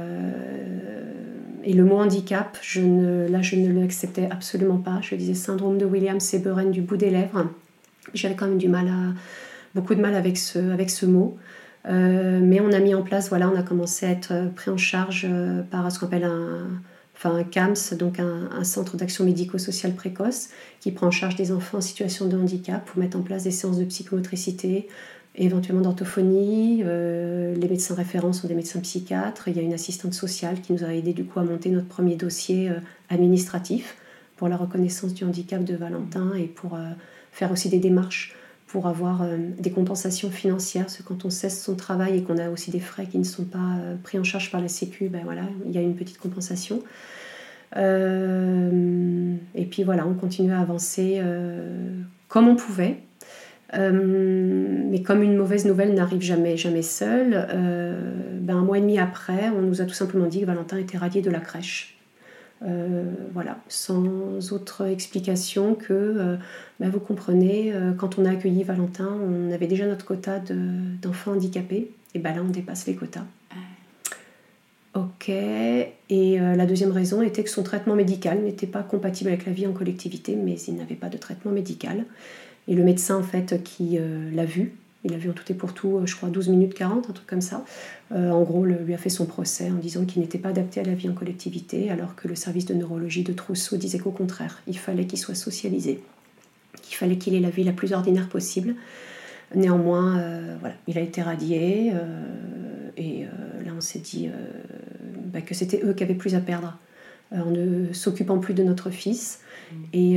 le mot handicap, je ne l'acceptais absolument pas. Je disais syndrome de Williams-Seberen du bout des lèvres. J'avais quand même beaucoup de mal avec ce mot. Mais on a mis en place, on a commencé à être pris en charge par ce qu'on appelle un CAMS, donc un centre d'action médico-sociale précoce, qui prend en charge des enfants en situation de handicap pour mettre en place des séances de psychomotricité, éventuellement d'orthophonie. Les médecins référents sont des médecins psychiatres. Il y a une assistante sociale qui nous a aidé du coup à monter notre premier dossier administratif pour la reconnaissance du handicap de Valentin et pour faire aussi des démarches pour avoir des compensations financières, parce que quand on cesse son travail et qu'on a aussi des frais qui ne sont pas pris en charge par la Sécu, il y a une petite compensation. Et puis on continue à avancer comme on pouvait. Mais comme une mauvaise nouvelle n'arrive jamais seule, 1 mois et demi après, on nous a tout simplement dit que Valentin était radié de la crèche. Sans autre explication que, vous comprenez, quand on a accueilli Valentin, on avait déjà notre quota d'enfants handicapés, et là on dépasse les quotas. Ok, manquait. Et la deuxième raison était que son traitement médical n'était pas compatible avec la vie en collectivité, mais il n'avait pas de traitement médical. Et le médecin, en fait, qui l'a vu, il a vu en tout et pour tout, je crois, 12 minutes 40, un truc comme ça. En gros, lui a fait son procès en disant qu'il n'était pas adapté à la vie en collectivité, alors que le service de neurologie de Trousseau disait qu'au contraire, il fallait qu'il soit socialisé, qu'il fallait qu'il ait la vie la plus ordinaire possible. Néanmoins, voilà, il a été radié, et là on s'est dit que c'était eux qui avaient plus à perdre en ne s'occupant plus de notre fils. Et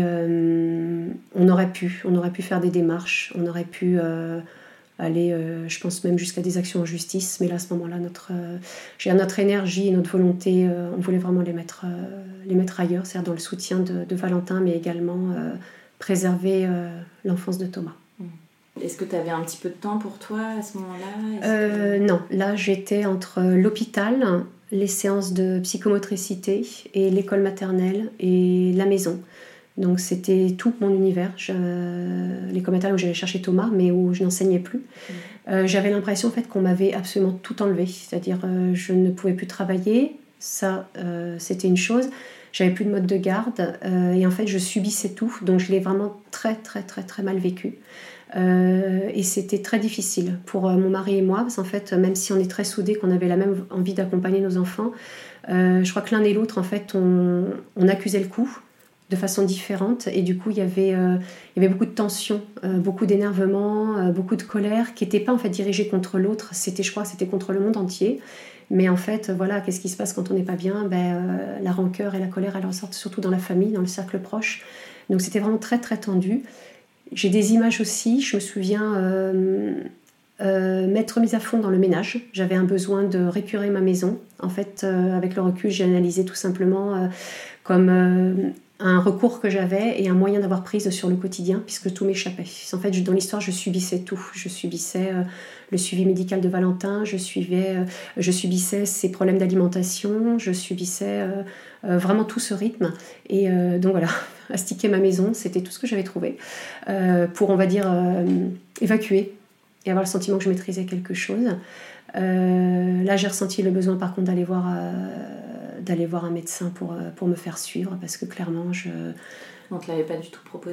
on aurait pu faire des démarches, on aurait pu aller, je pense même jusqu'à des actions en justice, mais là à ce moment-là, notre énergie et notre volonté, on voulait vraiment les mettre ailleurs, c'est-à-dire dans le soutien de Valentin, mais également préserver l'enfance de Thomas. Est-ce que tu avais un petit peu de temps pour toi à ce moment-là ? Non, là j'étais entre l'hôpital, les séances de psychomotricité et l'école maternelle et la maison. Donc c'était tout mon univers. L'école maternelle où j'allais chercher Thomas, mais où je n'enseignais plus. J'avais l'impression en fait qu'on m'avait absolument tout enlevé. C'est-à-dire je ne pouvais plus travailler, ça c'était une chose. J'avais plus de mode de garde et en fait je subissais tout. Donc je l'ai vraiment très très très très mal vécu. Et c'était très difficile pour mon mari et moi, parce qu'en fait, même si on est très soudés, qu'on avait la même envie d'accompagner nos enfants, je crois que l'un et l'autre, en fait, on accusait le coup de façon différente, et du coup, il y avait beaucoup de tension, beaucoup d'énervement, beaucoup de colère, qui n'était pas en fait dirigée contre l'autre. Je crois que c'était contre le monde entier. Mais en fait, voilà, qu'est-ce qui se passe quand on n'est pas bien ? La rancœur et la colère, elles ressortent surtout dans la famille, dans le cercle proche. Donc c'était vraiment très très tendu. J'ai des images aussi, je me souviens m'être mise à fond dans le ménage. J'avais un besoin de récurer ma maison. En fait, avec le recul, j'ai analysé tout simplement comme un recours que j'avais et un moyen d'avoir prise sur le quotidien, puisque tout m'échappait. En fait, dans l'histoire, je subissais tout. Je subissais le suivi médical de Valentin, je subissais ses problèmes d'alimentation, je subissais vraiment tout ce rythme. Et donc voilà, astiquer ma maison, c'était tout ce que j'avais trouvé pour, on va dire, évacuer et avoir le sentiment que je maîtrisais quelque chose. Là, j'ai ressenti le besoin, par contre, d'aller voir un médecin pour me faire suivre, parce que clairement, On ne te l'avait pas du tout proposé ?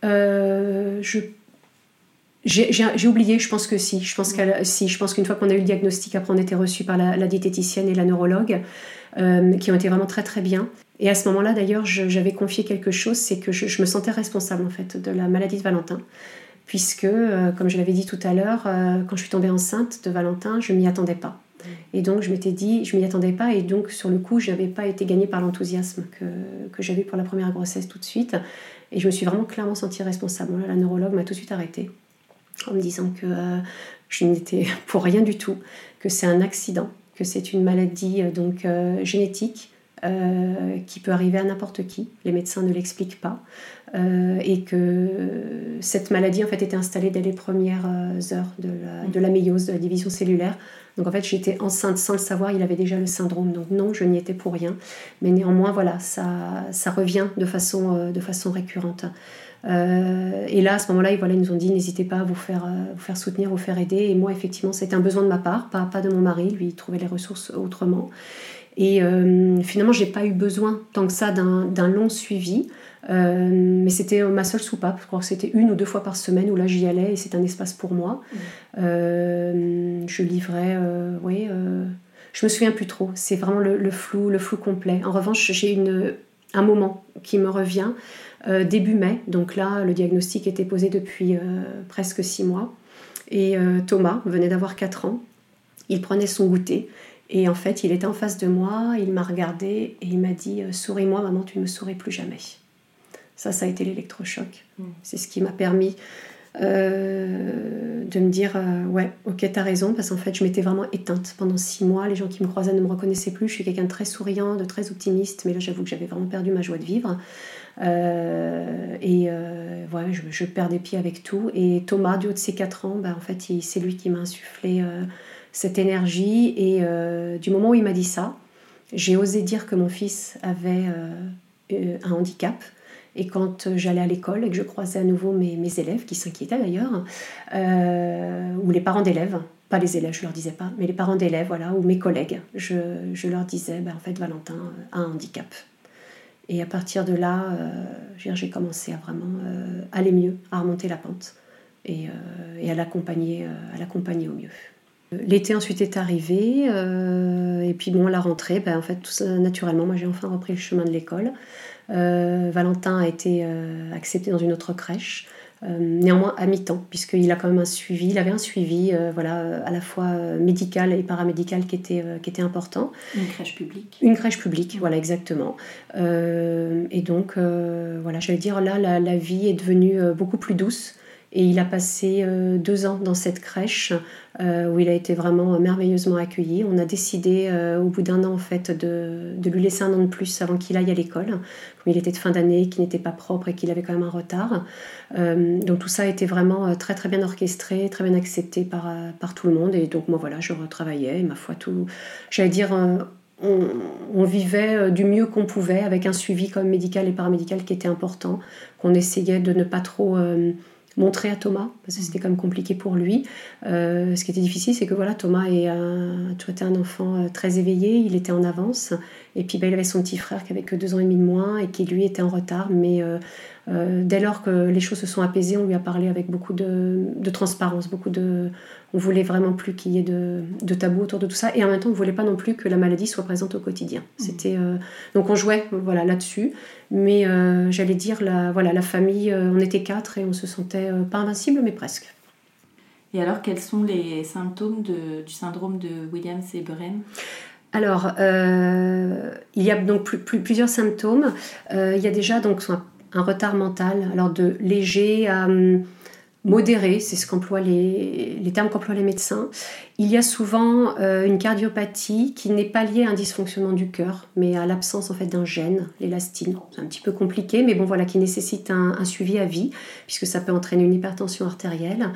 J'ai oublié, je pense que si. Je pense qu'une fois qu'on a eu le diagnostic, après on était reçu par la diététicienne et la neurologue, qui ont été vraiment très très bien. Et à ce moment-là, d'ailleurs, j'avais confié quelque chose, c'est que je me sentais responsable en fait de la maladie de Valentin, puisque, comme je l'avais dit tout à l'heure, quand je suis tombée enceinte de Valentin, je m'y attendais pas. Et donc je m'étais dit, je m'y attendais pas, et donc sur le coup, je n'avais pas été gagnée par l'enthousiasme que j'avais eu pour la première grossesse tout de suite, et je me suis vraiment clairement sentie responsable. Là, la neurologue m'a tout de suite arrêtée, en me disant que je n'étais pour rien du tout, que c'est un accident, que c'est une maladie génétique qui peut arriver à n'importe qui. Les médecins ne l'expliquent pas, et que cette maladie en fait était installée dès les premières heures de la méiose, de la division cellulaire. Donc en fait j'étais enceinte sans le savoir, il avait déjà le syndrome, donc non, je n'y étais pour rien. Mais néanmoins voilà, ça revient de façon récurrente. Et là à ce moment-là ils nous ont dit n'hésitez pas à vous faire soutenir, vous faire aider. Et moi effectivement c'était un besoin de ma part, pas de mon mari, lui il trouvait les ressources autrement. Et finalement j'ai pas eu besoin tant que ça d'un long suivi, mais c'était ma seule soupape. Je crois que c'était 1 ou 2 fois par semaine où là j'y allais et c'est un espace pour moi. Je livrais je me souviens plus trop, c'est vraiment le flou complet. En revanche j'ai un moment qui me revient début mai, donc là le diagnostic était posé depuis presque 6 mois, et Thomas venait d'avoir 4 ans, il prenait son goûter. Et en fait, il était en face de moi, il m'a regardé et il m'a dit « Souris-moi, maman, tu ne me souris plus jamais ». Ça a été l'électrochoc. C'est ce qui m'a permis de me dire « Ouais, ok, t'as raison », parce qu'en fait, je m'étais vraiment éteinte pendant 6 mois. Les gens qui me croisaient ne me reconnaissaient plus. Je suis quelqu'un de très souriant, de très optimiste, mais là, j'avoue que j'avais vraiment perdu ma joie de vivre. Je perdais pied avec tout. Et Thomas, du haut de ses 4 ans, en fait, c'est lui qui m'a insufflé cette énergie, et du moment où il m'a dit ça, j'ai osé dire que mon fils avait un handicap. Et quand j'allais à l'école et que je croisais à nouveau mes élèves, qui s'inquiétaient d'ailleurs, ou les parents d'élèves, pas les élèves, je leur disais pas, mais les parents d'élèves, voilà, ou mes collègues, je leur disais, en fait, Valentin a un handicap. Et à partir de là, j'ai commencé à vraiment aller mieux, à remonter la pente et à l'accompagner au mieux. L'été ensuite est arrivé, et puis bon, la rentrée, en fait, tout ça, naturellement, moi j'ai enfin repris le chemin de l'école. Valentin a été accepté dans une autre crèche. Néanmoins à mi-temps, puisqu'il a quand même il avait un suivi à la fois médical et paramédical qui était important. Une crèche publique. Une crèche publique, voilà, exactement. Et donc, j'allais dire, là, la vie est devenue beaucoup plus douce. Et il a passé 2 ans dans cette crèche où il a été vraiment merveilleusement accueilli. On a décidé au bout d'1 an en fait, de lui laisser 1 an de plus avant qu'il aille à l'école. Comme il était de fin d'année, qu'il n'était pas propre et qu'il avait quand même un retard. Donc tout ça a été vraiment très très bien orchestré, très bien accepté par tout le monde. Et donc moi voilà, je retravaillais. Et ma foi, tout, j'allais dire... On vivait du mieux qu'on pouvait avec un suivi comme médical et paramédical qui était important, qu'on essayait de ne pas trop... montrer à Thomas, parce que c'était quand même compliqué pour lui. Ce qui était difficile, c'est que Thomas a toujours été un enfant très éveillé, il était en avance, et puis il avait son petit frère qui avait que 2 ans et demi de moins, et qui lui était en retard, mais dès lors que les choses se sont apaisées, on lui a parlé avec beaucoup de transparence, on voulait vraiment plus qu'il y ait de tabou autour de tout ça, et en même temps on ne voulait pas non plus que la maladie soit présente au quotidien. C'était, donc on jouait là-dessus, mais j'allais dire, la famille, on était 4 et on se sentait pas invincible, mais presque. Et alors, quels sont les symptômes du syndrome de Williams-Eberen ? Alors, il y a donc plusieurs symptômes. Il y a déjà donc un retard mental, alors de léger à modéré, c'est ce qu'emploient les termes qu'emploient les médecins. Il y a souvent une cardiopathie qui n'est pas liée à un dysfonctionnement du cœur, mais à l'absence en fait d'un gène, l'élastine. C'est un petit peu compliqué, mais qui nécessite un suivi à vie, puisque ça peut entraîner une hypertension artérielle.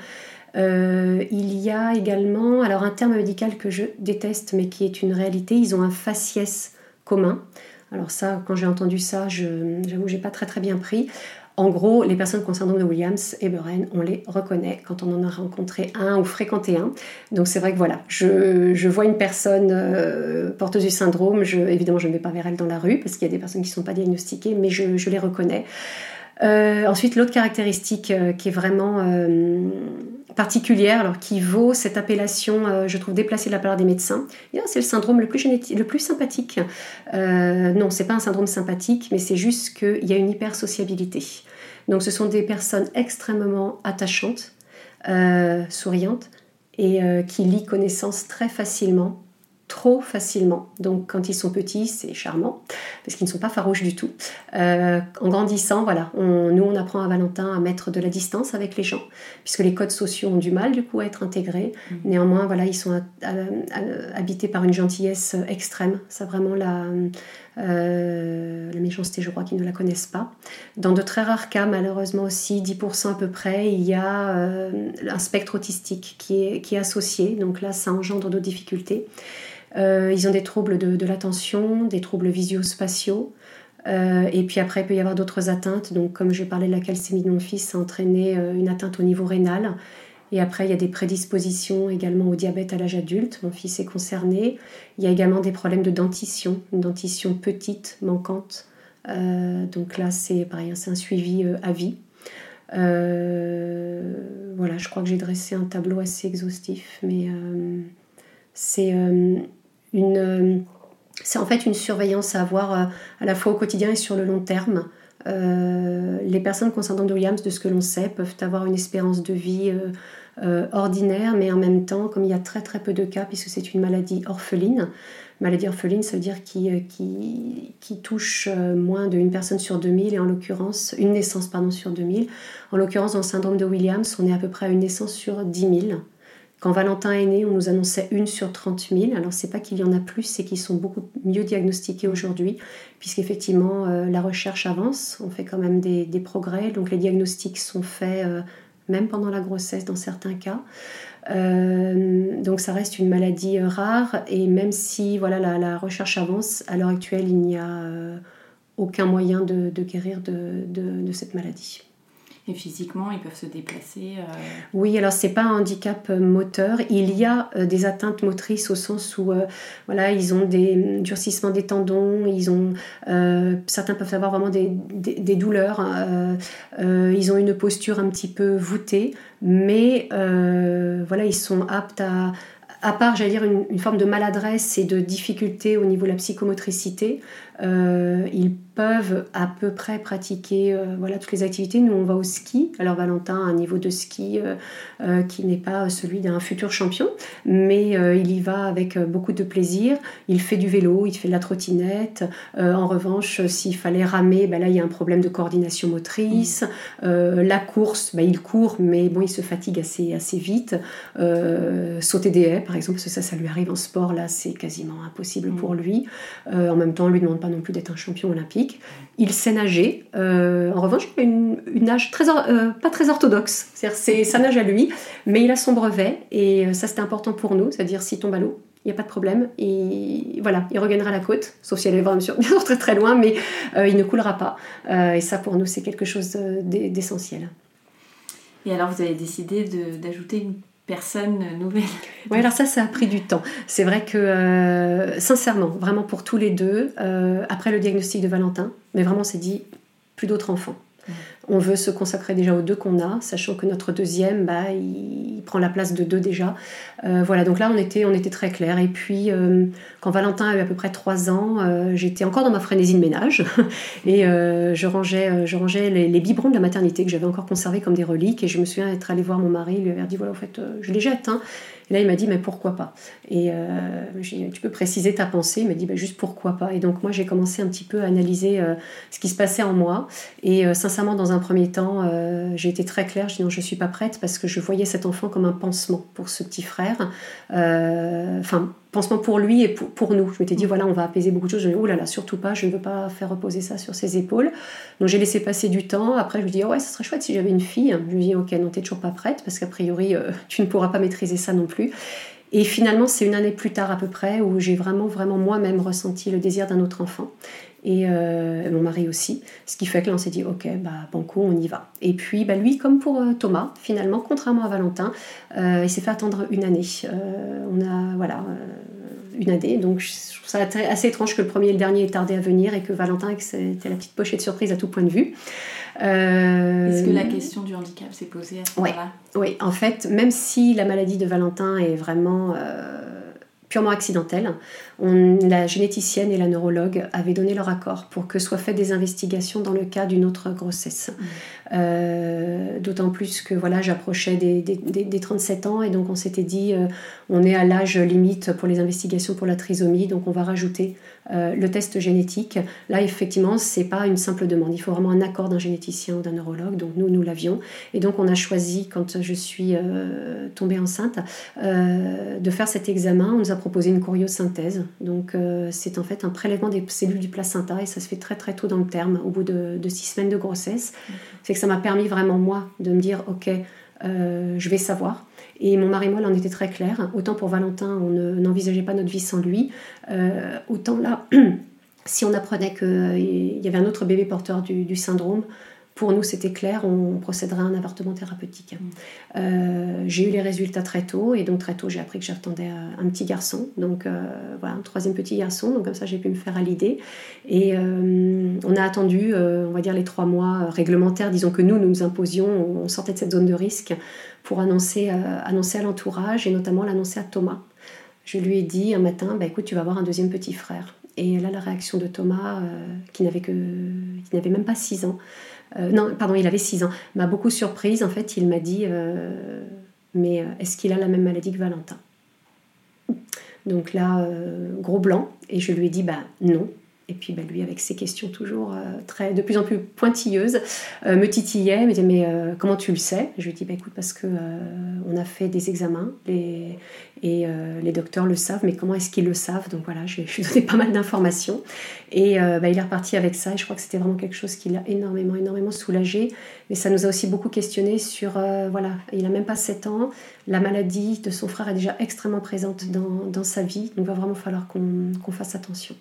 Il y a également, alors un terme médical que je déteste, mais qui est une réalité, ils ont un faciès commun. Alors ça, quand j'ai entendu ça, j'avoue que j'ai pas très très bien pris. En gros, les personnes qui ont le syndrome de Williams-Eberen, on les reconnaît quand on en a rencontré un ou fréquenté un. Donc c'est vrai que je vois une personne porteuse du syndrome, évidemment je ne vais pas vers elle dans la rue, parce qu'il y a des personnes qui ne sont pas diagnostiquées, mais je les reconnais. Ensuite, l'autre caractéristique qui est vraiment particulière, alors qui vaut cette appellation, je trouve déplacée de la part des médecins, c'est le syndrome le plus sympathique. Non, c'est pas un syndrome sympathique, mais c'est juste qu'il y a une hypersociabilité. Donc, ce sont des personnes extrêmement attachantes, souriantes, et qui lient connaissance très facilement. Trop facilement. Donc quand ils sont petits, c'est charmant, parce qu'ils ne sont pas farouches du tout. En grandissant, on apprend à Valentin à mettre de la distance avec les gens, puisque les codes sociaux ont du mal du coup à être intégrés. Néanmoins, ils sont habités par une gentillesse extrême. Ça vraiment la méchanceté, je crois qu'ils ne la connaissent pas. Dans de très rares cas, malheureusement aussi, 10% à peu près, il y a un spectre autistique qui est associé. Donc là, ça engendre d'autres difficultés. Ils ont des troubles de l'attention, des troubles visio-spatiaux, et puis après il peut y avoir d'autres atteintes. Donc comme je parlais de la calcémie de mon fils, ça a entraîné une atteinte au niveau rénal, et après il y a des prédispositions également au diabète à l'âge adulte. Mon fils est concerné. Il y a également des problèmes de dentition, une dentition petite, manquante, donc là c'est pareil, c'est un suivi à vie. Je crois que j'ai dressé un tableau assez exhaustif, mais c'est en fait une surveillance à avoir à la fois au quotidien et sur le long terme. Les personnes qui ont le syndrome de Williams, de ce que l'on sait, peuvent avoir une espérance de vie ordinaire, mais en même temps, comme il y a très très peu de cas, puisque c'est une maladie orpheline. Maladie orpheline, ça veut dire qui touche moins d'une personne sur 2000, et en l'occurrence, une naissance sur 2000. En l'occurrence, dans le syndrome de Williams, on est à peu près à une naissance sur 10 000. Quand Valentin est né, on nous annonçait 1 sur 30 000. Alors, c'est pas qu'il y en a plus, c'est qu'ils sont beaucoup mieux diagnostiqués aujourd'hui, puisqu'effectivement, la recherche avance. On fait quand même des progrès. Donc, les diagnostics sont faits même pendant la grossesse dans certains cas. Donc, ça reste une maladie rare. Et même si la recherche avance, à l'heure actuelle, il n'y a aucun moyen de guérir de cette maladie. Et physiquement, ils peuvent se déplacer Oui, alors c'est pas un handicap moteur. Il y a des atteintes motrices au sens où ils ont des durcissements des tendons, certains peuvent avoir vraiment des douleurs, ils ont une posture un petit peu voûtée, mais ils sont aptes à part, j'allais dire, une forme de maladresse et de difficulté au niveau de la psychomotricité, ils peuvent à peu près pratiquer toutes les activités. Nous, on va au ski. Alors, Valentin a un niveau de ski qui n'est pas celui d'un futur champion, mais il y va avec beaucoup de plaisir. Il fait du vélo, il fait de la trottinette. En revanche, s'il fallait ramer, là, il y a un problème de coordination motrice. La course, il court, mais bon, il se fatigue assez vite. Sauter des haies, par exemple, parce que ça lui arrive en sport, là, c'est quasiment impossible pour lui. En même temps, on ne lui demande pas non plus d'être un champion olympique. Il sait nager. En revanche, il a une nage pas très orthodoxe. C'est sa nage à lui, mais il a son brevet et ça, c'était important pour nous. C'est-à-dire, s'il tombe à l'eau, il n'y a pas de problème. Et voilà, il regagnera la côte, sauf si elle est vraiment bien sûr très très loin, mais il ne coulera pas. Et ça, pour nous, c'est quelque chose d'essentiel. Et alors, vous avez décidé d'ajouter une personne nouvelle. Oui, alors ça a pris du temps. C'est vrai que, sincèrement, vraiment pour tous les deux, après le diagnostic de Valentin, mais vraiment on s'est dit, plus d'autres enfants. On veut se consacrer déjà aux 2 qu'on a, sachant que notre deuxième, il prend la place de 2 déjà. Donc là, on était très clairs. Et puis, quand Valentin a eu à peu près 3 ans, j'étais encore dans ma frénésie de ménage. Et je rangeais les biberons de la maternité que j'avais encore conservés comme des reliques. Et je me souviens être allée voir mon mari, lui avoir dit, voilà, en fait, je les jette. Et là, il m'a dit, mais pourquoi pas ? Et j'ai dit, tu peux préciser ta pensée ? Il m'a dit, juste pourquoi pas ? Et donc, moi, j'ai commencé un petit peu à analyser ce qui se passait en moi. Et sincèrement, dans un premier temps, j'ai été très claire. Je dis, non, je ne suis pas prête parce que je voyais cet enfant comme un pansement pour ce petit frère. Pansement pour lui et pour nous. Je m'étais dit, voilà, on va apaiser beaucoup de choses. Je me dis, oh là là, surtout pas, je ne veux pas faire reposer ça sur ses épaules. Donc, j'ai laissé passer du temps. Après, je me dis, ouais, ça serait chouette si j'avais une fille. Je me dis, ok, non, t'es toujours pas prête parce qu'a priori, tu ne pourras pas maîtriser ça non plus. Et finalement, c'est une année plus tard à peu près où j'ai vraiment moi-même ressenti le désir d'un autre enfant. Et mon mari aussi. Ce qui fait que là, on s'est dit, ok, banco, on y va. Et puis, lui, comme pour Thomas, finalement, contrairement à Valentin, il s'est fait attendre une année. Une année. Donc, je trouve ça assez étrange que le premier et le dernier aient tardé à venir et que Valentin, c'était la petite pochette de surprise à tout point de vue. Est-ce que la question du handicap s'est posée à ce moment-là ? Oui, en fait, même si la maladie de Valentin est vraiment purement accidentelle, la généticienne et la neurologue avaient donné leur accord pour que soient faites des investigations dans le cas d'une autre grossesse. D'autant plus que j'approchais des 37 ans et donc on s'était dit on est à l'âge limite pour les investigations pour la trisomie, donc on va rajouter le test génétique. Là effectivement c'est pas une simple demande, il faut vraiment un accord d'un généticien ou d'un neurologue, donc nous l'avions et donc on a choisi quand je suis tombée enceinte de faire cet examen. On nous a proposé une choriosynthèse, donc c'est en fait un prélèvement des cellules du placenta et ça se fait très très tôt dans le terme, au bout de 6 semaines de grossesse. C'est que ça m'a permis vraiment moi de me dire ok, je vais savoir. Et mon mari et moi, là, on était très clairs. Autant pour Valentin, on n'envisageait pas notre vie sans lui. Autant là, si on apprenait qu'il y avait un autre bébé porteur du syndrome, pour nous, c'était clair, on procéderait à un avortement thérapeutique. J'ai eu les résultats très tôt, et donc très tôt, j'ai appris que j'attendais un petit garçon. Donc un 3e petit garçon, donc comme ça, j'ai pu me faire à l'idée. Et on a attendu, on va dire, les 3 mois réglementaires, disons que nous imposions, on sortait de cette zone de risque pour annoncer à l'entourage, et notamment l'annoncer à Thomas. Je lui ai dit un matin, écoute, tu vas avoir un 2e petit frère. Et là, la réaction de Thomas, qui n'avait même pas 6 ans, il avait 6 ans, m'a beaucoup surprise. En fait, il m'a dit mais est-ce qu'il a la même maladie que Valentin ? Donc là, gros blanc, et je lui ai dit non. Et puis lui, avec ses questions toujours de plus en plus pointilleuses, me titillait, me disait mais comment tu le sais ? Je lui ai dit écoute, parce que on a fait des examens et les docteurs le savent, mais comment est-ce qu'ils le savent ? Donc voilà, je lui ai donné pas mal d'informations et il est reparti avec ça et je crois que c'était vraiment quelque chose qui l'a énormément soulagé, mais ça nous a aussi beaucoup questionné sur il n'a même pas 7 ans, la maladie de son frère est déjà extrêmement présente dans sa vie, donc il va vraiment falloir qu'on fasse attention.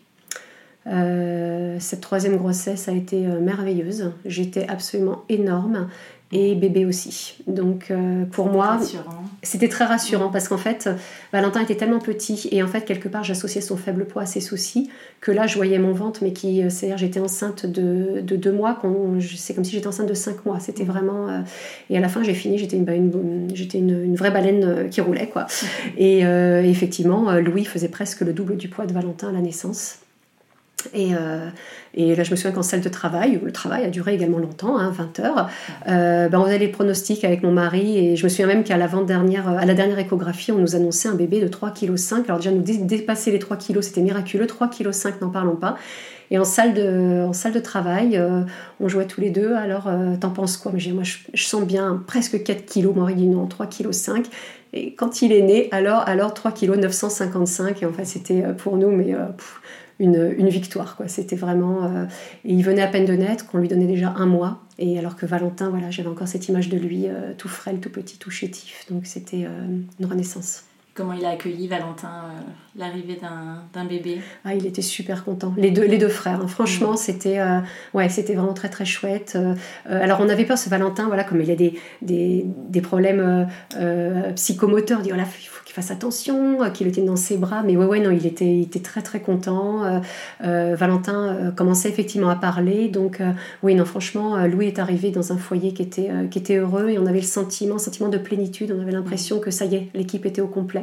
Cette 3e grossesse a été merveilleuse. J'étais absolument énorme, et bébé aussi. Donc pour moi, rassurant. C'était très rassurant parce qu'en fait, Valentin était tellement petit et en fait, quelque part, j'associais son faible poids à ses soucis que là, je voyais mon ventre, mais c'est-à-dire j'étais enceinte de 2 mois, c'est comme si j'étais enceinte de 5 mois. C'était vraiment... et à la fin, j'ai fini, j'étais une vraie baleine qui roulait, quoi. Et effectivement, Louis faisait presque le double du poids de Valentin à la naissance. Et là, je me souviens qu'en salle de travail, où le travail a duré également longtemps, 20 heures, on faisait les pronostics avec mon mari. Et je me souviens même qu'à la dernière échographie, on nous annonçait un bébé de 3,5 kg. Alors déjà, nous dépasser les 3 kg, c'était miraculeux. 3,5 kg, n'en parlons pas. Et en salle de travail, on jouait tous les deux. Alors, t'en penses quoi? Moi, je sens bien presque 4 kg. Mon mari dit non, 3,5 kg. Et quand il est né, alors 3,955 kg. Et en fait, c'était pour nous, mais... une victoire, quoi. C'était vraiment... et il venait à peine de naître, qu'on lui donnait déjà 1 mois. Et alors que Valentin, voilà, j'avais encore cette image de lui, tout frêle, tout petit, tout chétif. Donc c'était une renaissance. Comment il a accueilli, Valentin, l'arrivée d'un bébé? Il était super content. Les deux frères, hein. Franchement, c'était vraiment très très chouette. Alors on avait peur, ce Valentin, voilà, comme il a des problèmes psychomoteurs, il dit voilà, il faut qu'il fasse attention, qu'il le tienne dans ses bras. Mais non, il était très très content. Valentin commençait effectivement à parler. Donc franchement, Louis est arrivé dans un foyer qui était heureux et on avait le sentiment de plénitude. On avait l'impression que ça y est, l'équipe était au complet.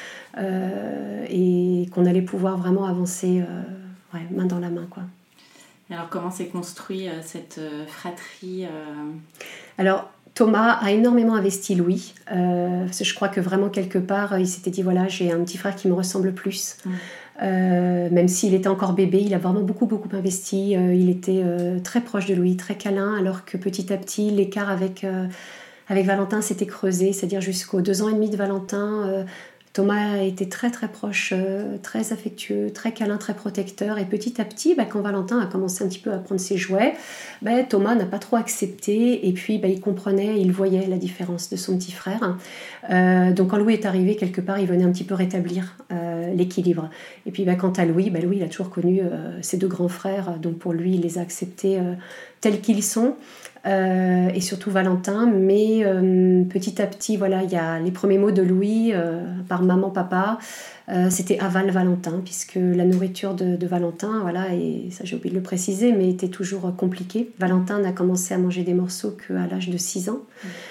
Et qu'on allait pouvoir vraiment avancer main dans la main, quoi. Et alors comment s'est construit cette fratrie Alors Thomas a énormément investi Louis, parce que je crois que vraiment quelque part il s'était dit voilà, j'ai un petit frère qui me ressemble plus. Même s'il était encore bébé, il a vraiment beaucoup investi. Il était très proche de Louis, très câlin, alors que petit à petit l'écart avec Valentin s'était creusé, c'est-à-dire jusqu'aux 2 ans et demi de Valentin. Thomas était très très proche, très affectueux, très câlin, très protecteur. Et petit à petit, quand Valentin a commencé un petit peu à prendre ses jouets, Thomas n'a pas trop accepté. Et puis il comprenait, il voyait la différence de son petit frère. Donc quand Louis est arrivé, quelque part, il venait un petit peu rétablir l'équilibre. Et puis quant à Louis, Louis il a toujours connu ses 2 grands frères. Donc pour lui, il les a acceptés tels qu'ils sont. Et surtout Valentin, mais petit à petit, voilà, il y a les premiers mots de Louis par maman, papa, c'était avale Valentin, puisque la nourriture de Valentin, voilà, et ça j'ai oublié de le préciser, mais était toujours compliquée. Valentin n'a commencé à manger des morceaux qu'à l'âge de 6 ans,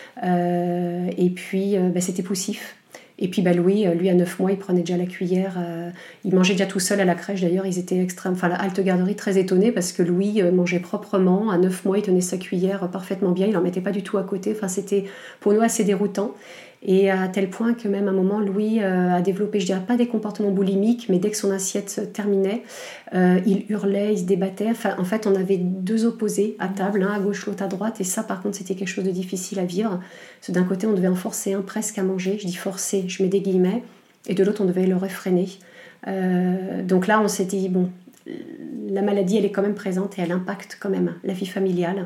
et puis c'était poussif. Et puis Louis, lui à 9 mois, il prenait déjà la cuillère, il mangeait déjà tout seul à la crèche. D'ailleurs, ils étaient la halte garderie très étonnés parce que Louis mangeait proprement. À 9 mois, il tenait sa cuillère parfaitement bien, il n'en mettait pas du tout à côté. C'était pour nous assez déroutant. Et à tel point que même à un moment, Louis a développé, je dirais pas des comportements boulimiques, mais dès que son assiette se terminait, il hurlait, il se débattait. En fait, on avait 2 opposés à table, l'un à gauche, l'autre à droite. Et ça, par contre, c'était quelque chose de difficile à vivre. Parce que d'un côté, on devait en forcer un presque à manger. Je dis forcer, je mets des guillemets. Et de l'autre, on devait le réfréner. Donc là, on s'était dit, bon, la maladie, elle est quand même présente et elle impacte quand même la vie familiale.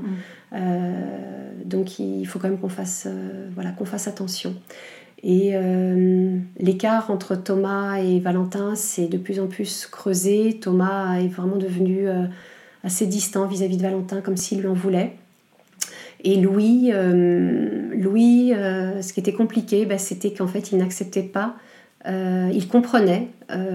Donc il faut quand même qu'on fasse attention. Et l'écart entre Thomas et Valentin s'est de plus en plus creusé. Thomas est vraiment devenu assez distant vis-à-vis de Valentin, comme s'il lui en voulait. Et Louis, ce qui était compliqué, c'était qu'en fait il n'acceptait pas, il comprenait,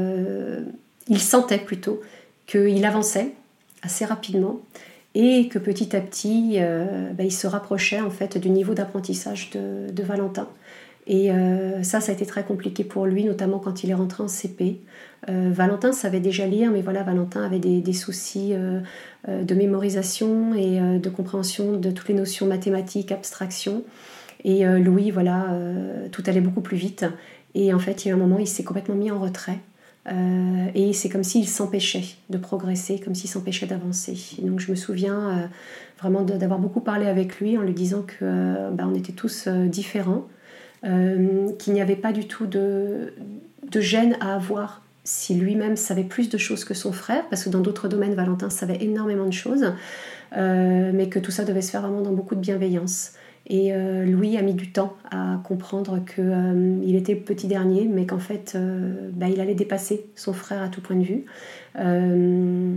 il sentait plutôt qu'il avançait assez rapidement et que petit à petit, il se rapprochait en fait du niveau d'apprentissage de Valentin. Et ça a été très compliqué pour lui, notamment quand il est rentré en CP. Valentin savait déjà lire, mais voilà, Valentin avait des soucis de mémorisation et de compréhension de toutes les notions mathématiques, abstraction. Et Louis, tout allait beaucoup plus vite. Et en fait, il y a eu un moment, il s'est complètement mis en retrait. Et c'est comme s'il s'empêchait de progresser, comme s'il s'empêchait d'avancer. Et donc je me souviens vraiment d'avoir beaucoup parlé avec lui en lui disant qu'on était tous différents, qu'il n'y avait pas du tout de gêne à avoir si lui-même savait plus de choses que son frère, parce que dans d'autres domaines, Valentin savait énormément de choses, mais que tout ça devait se faire vraiment dans beaucoup de bienveillance. Et Louis a mis du temps à comprendre qu'il était le petit dernier, mais qu'en fait, il allait dépasser son frère à tout point de vue.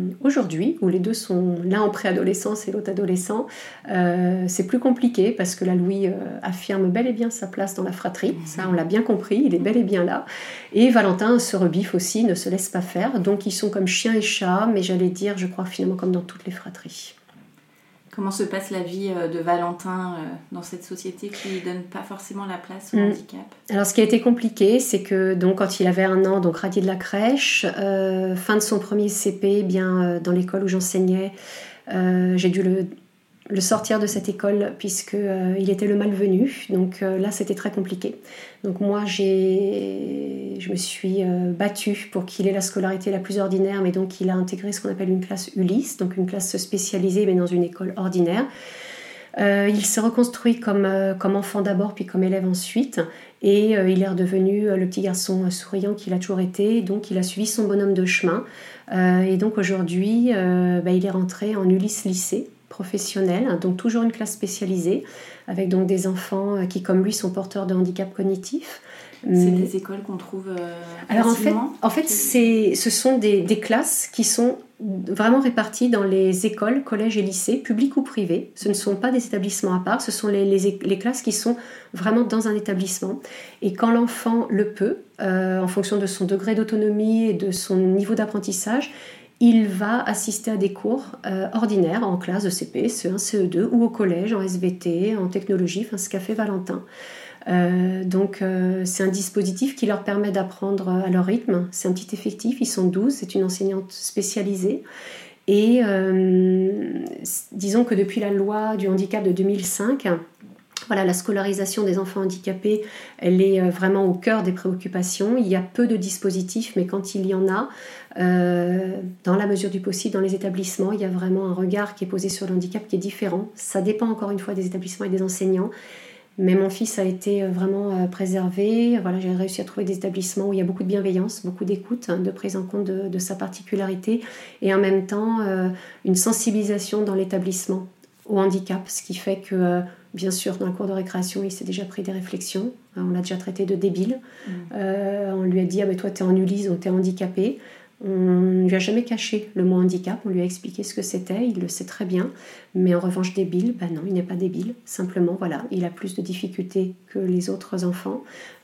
aujourd'hui, où les deux sont l'un en préadolescence et l'autre adolescent, c'est plus compliqué parce que là, Louis affirme bel et bien sa place dans la fratrie. Ça, on l'a bien compris, il est bel et bien là. Et Valentin se rebiffe aussi, ne se laisse pas faire. Donc, ils sont comme chien et chat, mais j'allais dire, je crois, finalement, comme dans toutes les fratries. Comment se passe la vie de Valentin dans cette société qui ne donne pas forcément la place au handicap ? Alors, ce qui a été compliqué, c'est que donc, quand il avait 1 an, donc radié de la crèche, fin de son premier CP, dans l'école où j'enseignais, j'ai dû le sortir de cette école puisqu'il était le malvenu. Donc là, c'était très compliqué. Donc moi, je me suis battue pour qu'il ait la scolarité la plus ordinaire, mais donc il a intégré ce qu'on appelle une classe Ulysse, donc une classe spécialisée, mais dans une école ordinaire. Il s'est reconstruit comme enfant d'abord, puis comme élève ensuite, et il est redevenu le petit garçon souriant qu'il a toujours été. Donc il a suivi son bonhomme de chemin, et donc aujourd'hui, il est rentré en Ulysse lycée professionnel, donc toujours une classe spécialisée, avec donc des enfants qui, comme lui, sont porteurs de handicap cognitif. C'est des écoles qu'on trouve facilement. En fait, ce sont des classes qui sont vraiment réparties dans les écoles, collèges et lycées, publics ou privés. Ce ne sont pas des établissements à part, ce sont les classes qui sont vraiment dans un établissement. Et quand l'enfant le peut, en fonction de son degré d'autonomie et de son niveau d'apprentissage, il va assister à des cours ordinaires en classe de CP, CE1, CE2 ou au collège, en SVT, en technologie, ce qu'a fait Valentin. Donc c'est un dispositif qui leur permet d'apprendre à leur rythme. C'est un petit effectif, ils sont 12, c'est une enseignante spécialisée. Et disons que depuis la loi du handicap de 2005, la scolarisation des enfants handicapés, elle est vraiment au cœur des préoccupations. Il y a peu de dispositifs, mais quand il y en a, dans la mesure du possible, dans les établissements, il y a vraiment un regard qui est posé sur le handicap qui est différent. Ça dépend encore une fois des établissements et des enseignants. Mais mon fils a été vraiment préservé. J'ai réussi à trouver des établissements où il y a beaucoup de bienveillance, beaucoup d'écoute, de prise en compte de sa particularité, et en même temps une sensibilisation dans l'établissement au handicap, ce qui fait que, bien sûr, dans la cour de récréation, il s'est déjà pris des réflexions. On l'a déjà traité de débile. On lui a dit « Ah, mais toi, t'es en Ulysse, donc t'es handicapé ». On ne lui a jamais caché le mot handicap, on lui a expliqué ce que c'était, il le sait très bien. Mais en revanche, débile, non, il n'est pas débile. Simplement, il a plus de difficultés que les autres enfants.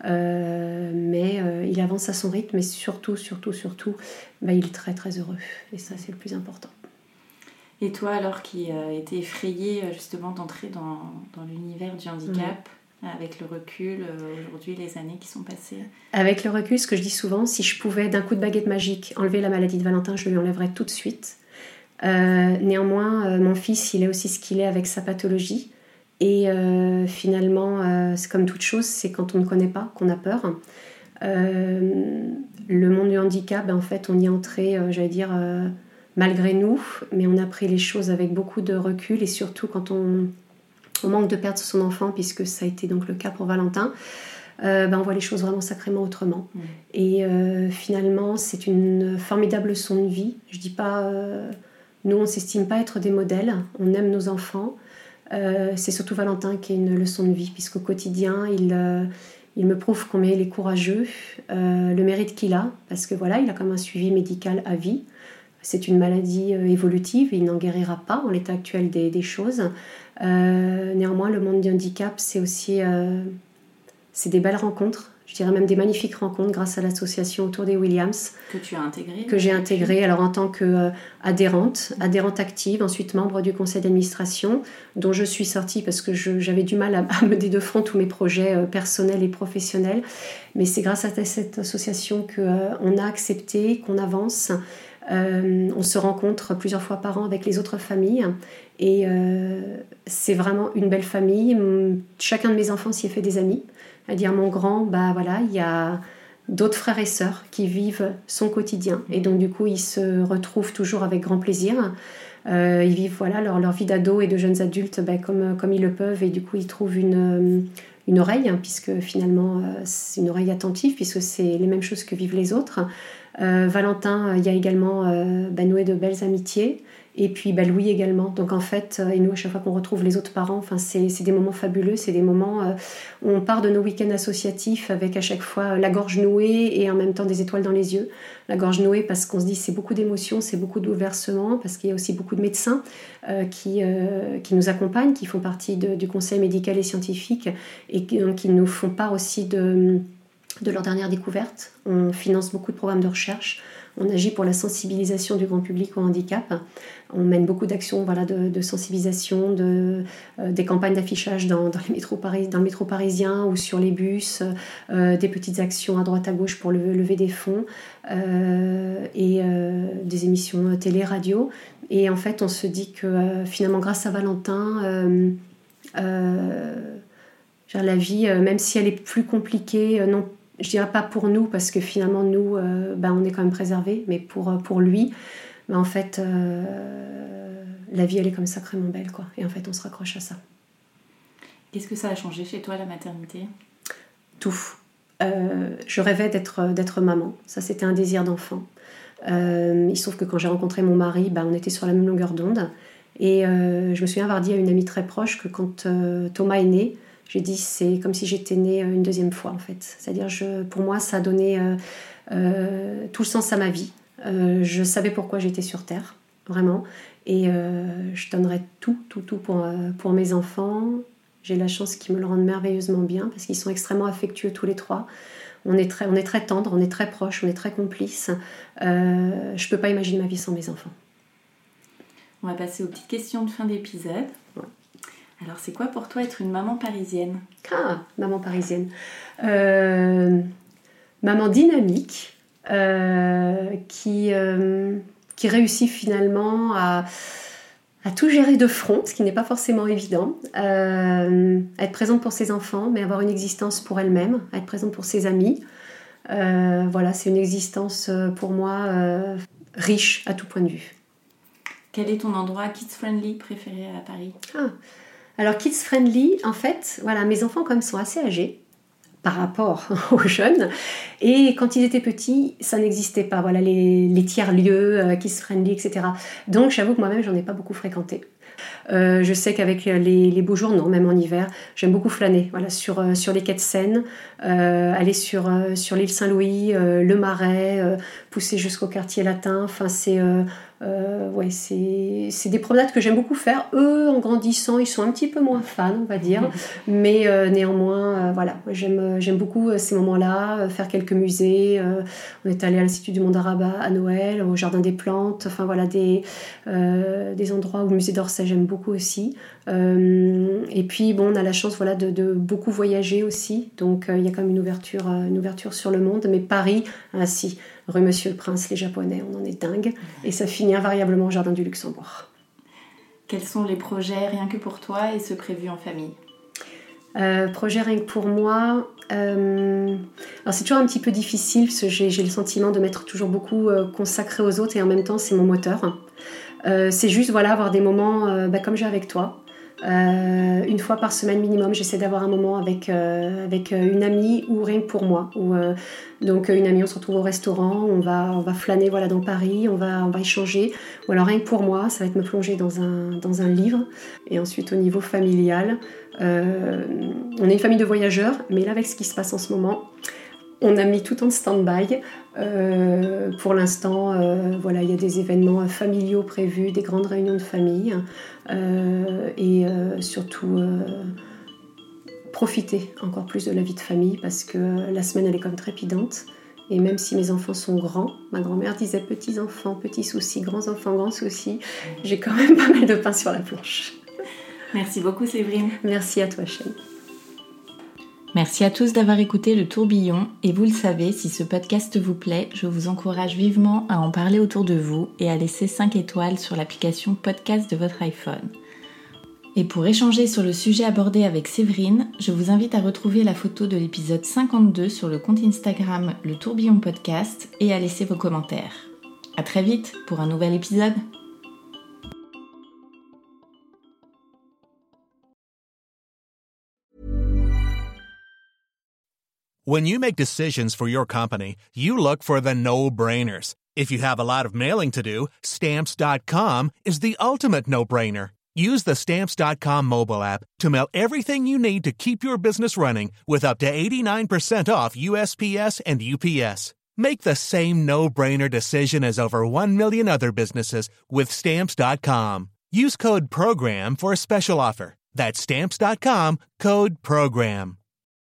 Mais il avance à son rythme, et surtout, il est très, très heureux. Et ça, c'est le plus important. Et toi, alors, qui était effrayée justement d'entrer dans l'univers du handicap, avec le recul, aujourd'hui, les années qui sont passées? Avec le recul, ce que je dis souvent, si je pouvais d'un coup de baguette magique enlever la maladie de Valentin, je lui enlèverais tout de suite. Néanmoins, mon fils, il est aussi ce qu'il est avec sa pathologie. Et finalement, c'est comme toute chose, c'est quand on ne connaît pas qu'on a peur. Le monde du handicap, en fait, on y est entré, malgré nous, mais on a pris les choses avec beaucoup de recul, et surtout quand on manque de perdre son enfant, puisque ça a été donc le cas pour Valentin, on voit les choses vraiment sacrément autrement. Et finalement, c'est une formidable leçon de vie. Je dis pas, nous on s'estime pas être des modèles, on aime nos enfants. C'est surtout Valentin qui est une leçon de vie, puisqu'au quotidien, il me prouve combien il est courageux, le mérite qu'il a, parce que il a comme un suivi médical à vie. C'est une maladie évolutive, il n'en guérira pas en l'état actuel des choses. Néanmoins, le monde du handicap, c'est aussi c'est des belles rencontres, je dirais même des magnifiques rencontres grâce à l'association Autour des Williams. Que tu as intégrée. Que j'ai intégrée, alors en tant qu'adhérente active, ensuite membre du conseil d'administration, dont je suis sortie parce que j'avais du mal à mener de front tous mes projets personnels et professionnels. Mais c'est grâce à cette association qu'on a accepté, qu'on avance. On se rencontre plusieurs fois par an avec les autres familles, et c'est vraiment une belle famille. Chacun de mes enfants s'y est fait des amis. C'est-à-dire mon grand, il y a d'autres frères et sœurs qui vivent son quotidien, et donc du coup ils se retrouvent toujours avec grand plaisir. Ils vivent leur vie d'ado et de jeunes adultes comme ils le peuvent, et du coup ils trouvent une oreille, puisque finalement c'est une oreille attentive, puisque c'est les mêmes choses que vivent les autres. Valentin, il y a également noué de belles amitiés. Et puis Louis également. Donc en fait, et nous à chaque fois qu'on retrouve les autres parents, c'est des moments fabuleux, c'est des moments où on part de nos week-ends associatifs avec à chaque fois la gorge nouée et en même temps des étoiles dans les yeux. La gorge nouée parce qu'on se dit c'est beaucoup d'émotions, c'est beaucoup de bouleversements, parce qu'il y a aussi beaucoup de médecins qui nous accompagnent, qui font partie du conseil médical et scientifique et qui nous font part aussi de leurs dernières découvertes. On finance beaucoup de programmes de recherche. On agit pour la sensibilisation du grand public au handicap. On mène beaucoup d'actions de sensibilisation, des campagnes d'affichage dans le métro parisien ou sur les bus, des petites actions à droite à gauche pour lever des fonds et des émissions télé, radio. Et en fait, on se dit que finalement, grâce à Valentin, la vie, même si elle est plus compliquée, non, je dirais pas pour nous, parce que finalement, nous, on est quand même préservés, mais pour lui, en fait, la vie, elle est comme sacrément belle, quoi. Et en fait, on se raccroche à ça. Qu'est-ce que ça a changé chez toi, la maternité ? Tout. Je rêvais d'être maman. Ça, c'était un désir d'enfant. Il se trouve que quand j'ai rencontré mon mari, on était sur la même longueur d'onde. Et je me souviens avoir dit à une amie très proche que quand Thomas est né, j'ai dit c'est comme si j'étais née une deuxième fois en fait. C'est-à-dire pour moi ça a donné tout le sens à ma vie. Je savais pourquoi j'étais sur Terre, vraiment. Et je donnerais tout pour mes enfants. J'ai la chance qu'ils me le rendent merveilleusement bien parce qu'ils sont extrêmement affectueux tous les trois. On est très tendres, on est très proches, on est très complices. Je ne peux pas imaginer ma vie sans mes enfants. On va passer aux petites questions de fin d'épisode. Ouais. Alors, c'est quoi pour toi être une maman parisienne ? Ah, maman parisienne. Maman dynamique, qui réussit finalement à tout gérer de front, ce qui n'est pas forcément évident. À être présente pour ses enfants, mais avoir une existence pour elle-même, à être présente pour ses amis. C'est une existence pour moi riche à tout point de vue. Quel est ton endroit kids-friendly préféré à Paris ? Alors, kids-friendly, en fait, mes enfants quand même sont assez âgés par rapport aux jeunes. Et quand ils étaient petits, ça n'existait pas. Les tiers-lieux, kids-friendly, etc. Donc, j'avoue que moi-même, j'en ai pas beaucoup fréquenté. Je sais qu'avec les beaux jours, non, même en hiver, j'aime beaucoup flâner sur les quais de Seine, aller sur l'île Saint-Louis, le Marais, pousser jusqu'au quartier latin. Enfin, c'est des promenades que j'aime beaucoup faire. Eux, en grandissant, ils sont un petit peu moins fans, on va dire. Mais néanmoins, j'aime beaucoup ces moments-là, faire quelques musées. On est allé à l'Institut du monde arabe à Noël, au Jardin des plantes. Enfin, des endroits où le musée d'Orsay, j'aime beaucoup aussi. Et puis, on a la chance de beaucoup voyager aussi. Donc, il y a quand même une ouverture sur le monde. Mais Paris, ainsi. Rue Monsieur le Prince, les Japonais, on en est dingue. Et ça finit invariablement au Jardin du Luxembourg. Quels sont les projets rien que pour toi et ceux prévus en famille ? Projet rien que pour moi. Alors c'est toujours un petit peu difficile parce que j'ai le sentiment de m'être toujours beaucoup consacrée aux autres et en même temps c'est mon moteur. C'est juste avoir des moments comme j'ai avec toi. Une fois par semaine minimum, j'essaie d'avoir un moment avec une amie ou rien que pour moi. Donc une amie, on se retrouve au restaurant, on va flâner dans Paris, on va échanger. Ou alors rien que pour moi, ça va être me plonger dans un livre. Et ensuite au niveau familial, on est une famille de voyageurs, mais là avec ce qui se passe en ce moment, on a mis tout en stand-by. Pour l'instant, il y a des événements familiaux prévus, des grandes réunions de famille et surtout profiter encore plus de la vie de famille parce que la semaine elle est comme trépidante et même si mes enfants sont grands, ma grand-mère disait petits enfants, petits soucis, grands enfants, grands soucis, j'ai quand même pas mal de pain sur la planche. Merci beaucoup Séverine. Merci à toi Chêne. Merci à tous d'avoir écouté Le Tourbillon et vous le savez, si ce podcast vous plaît, je vous encourage vivement à en parler autour de vous et à laisser 5 étoiles sur l'application podcast de votre iPhone. Et pour échanger sur le sujet abordé avec Séverine, je vous invite à retrouver la photo de l'épisode 52 sur le compte Instagram Le Tourbillon Podcast et à laisser vos commentaires. À très vite pour un nouvel épisode. When you make decisions for your company, you look for the no-brainers. If you have a lot of mailing to do, Stamps.com is the ultimate no-brainer. Use the Stamps.com mobile app to mail everything you need to keep your business running with up to 89% off USPS and UPS. Make the same no-brainer decision as over 1 million other businesses with Stamps.com. Use code PROGRAM for a special offer. That's Stamps.com, code PROGRAM.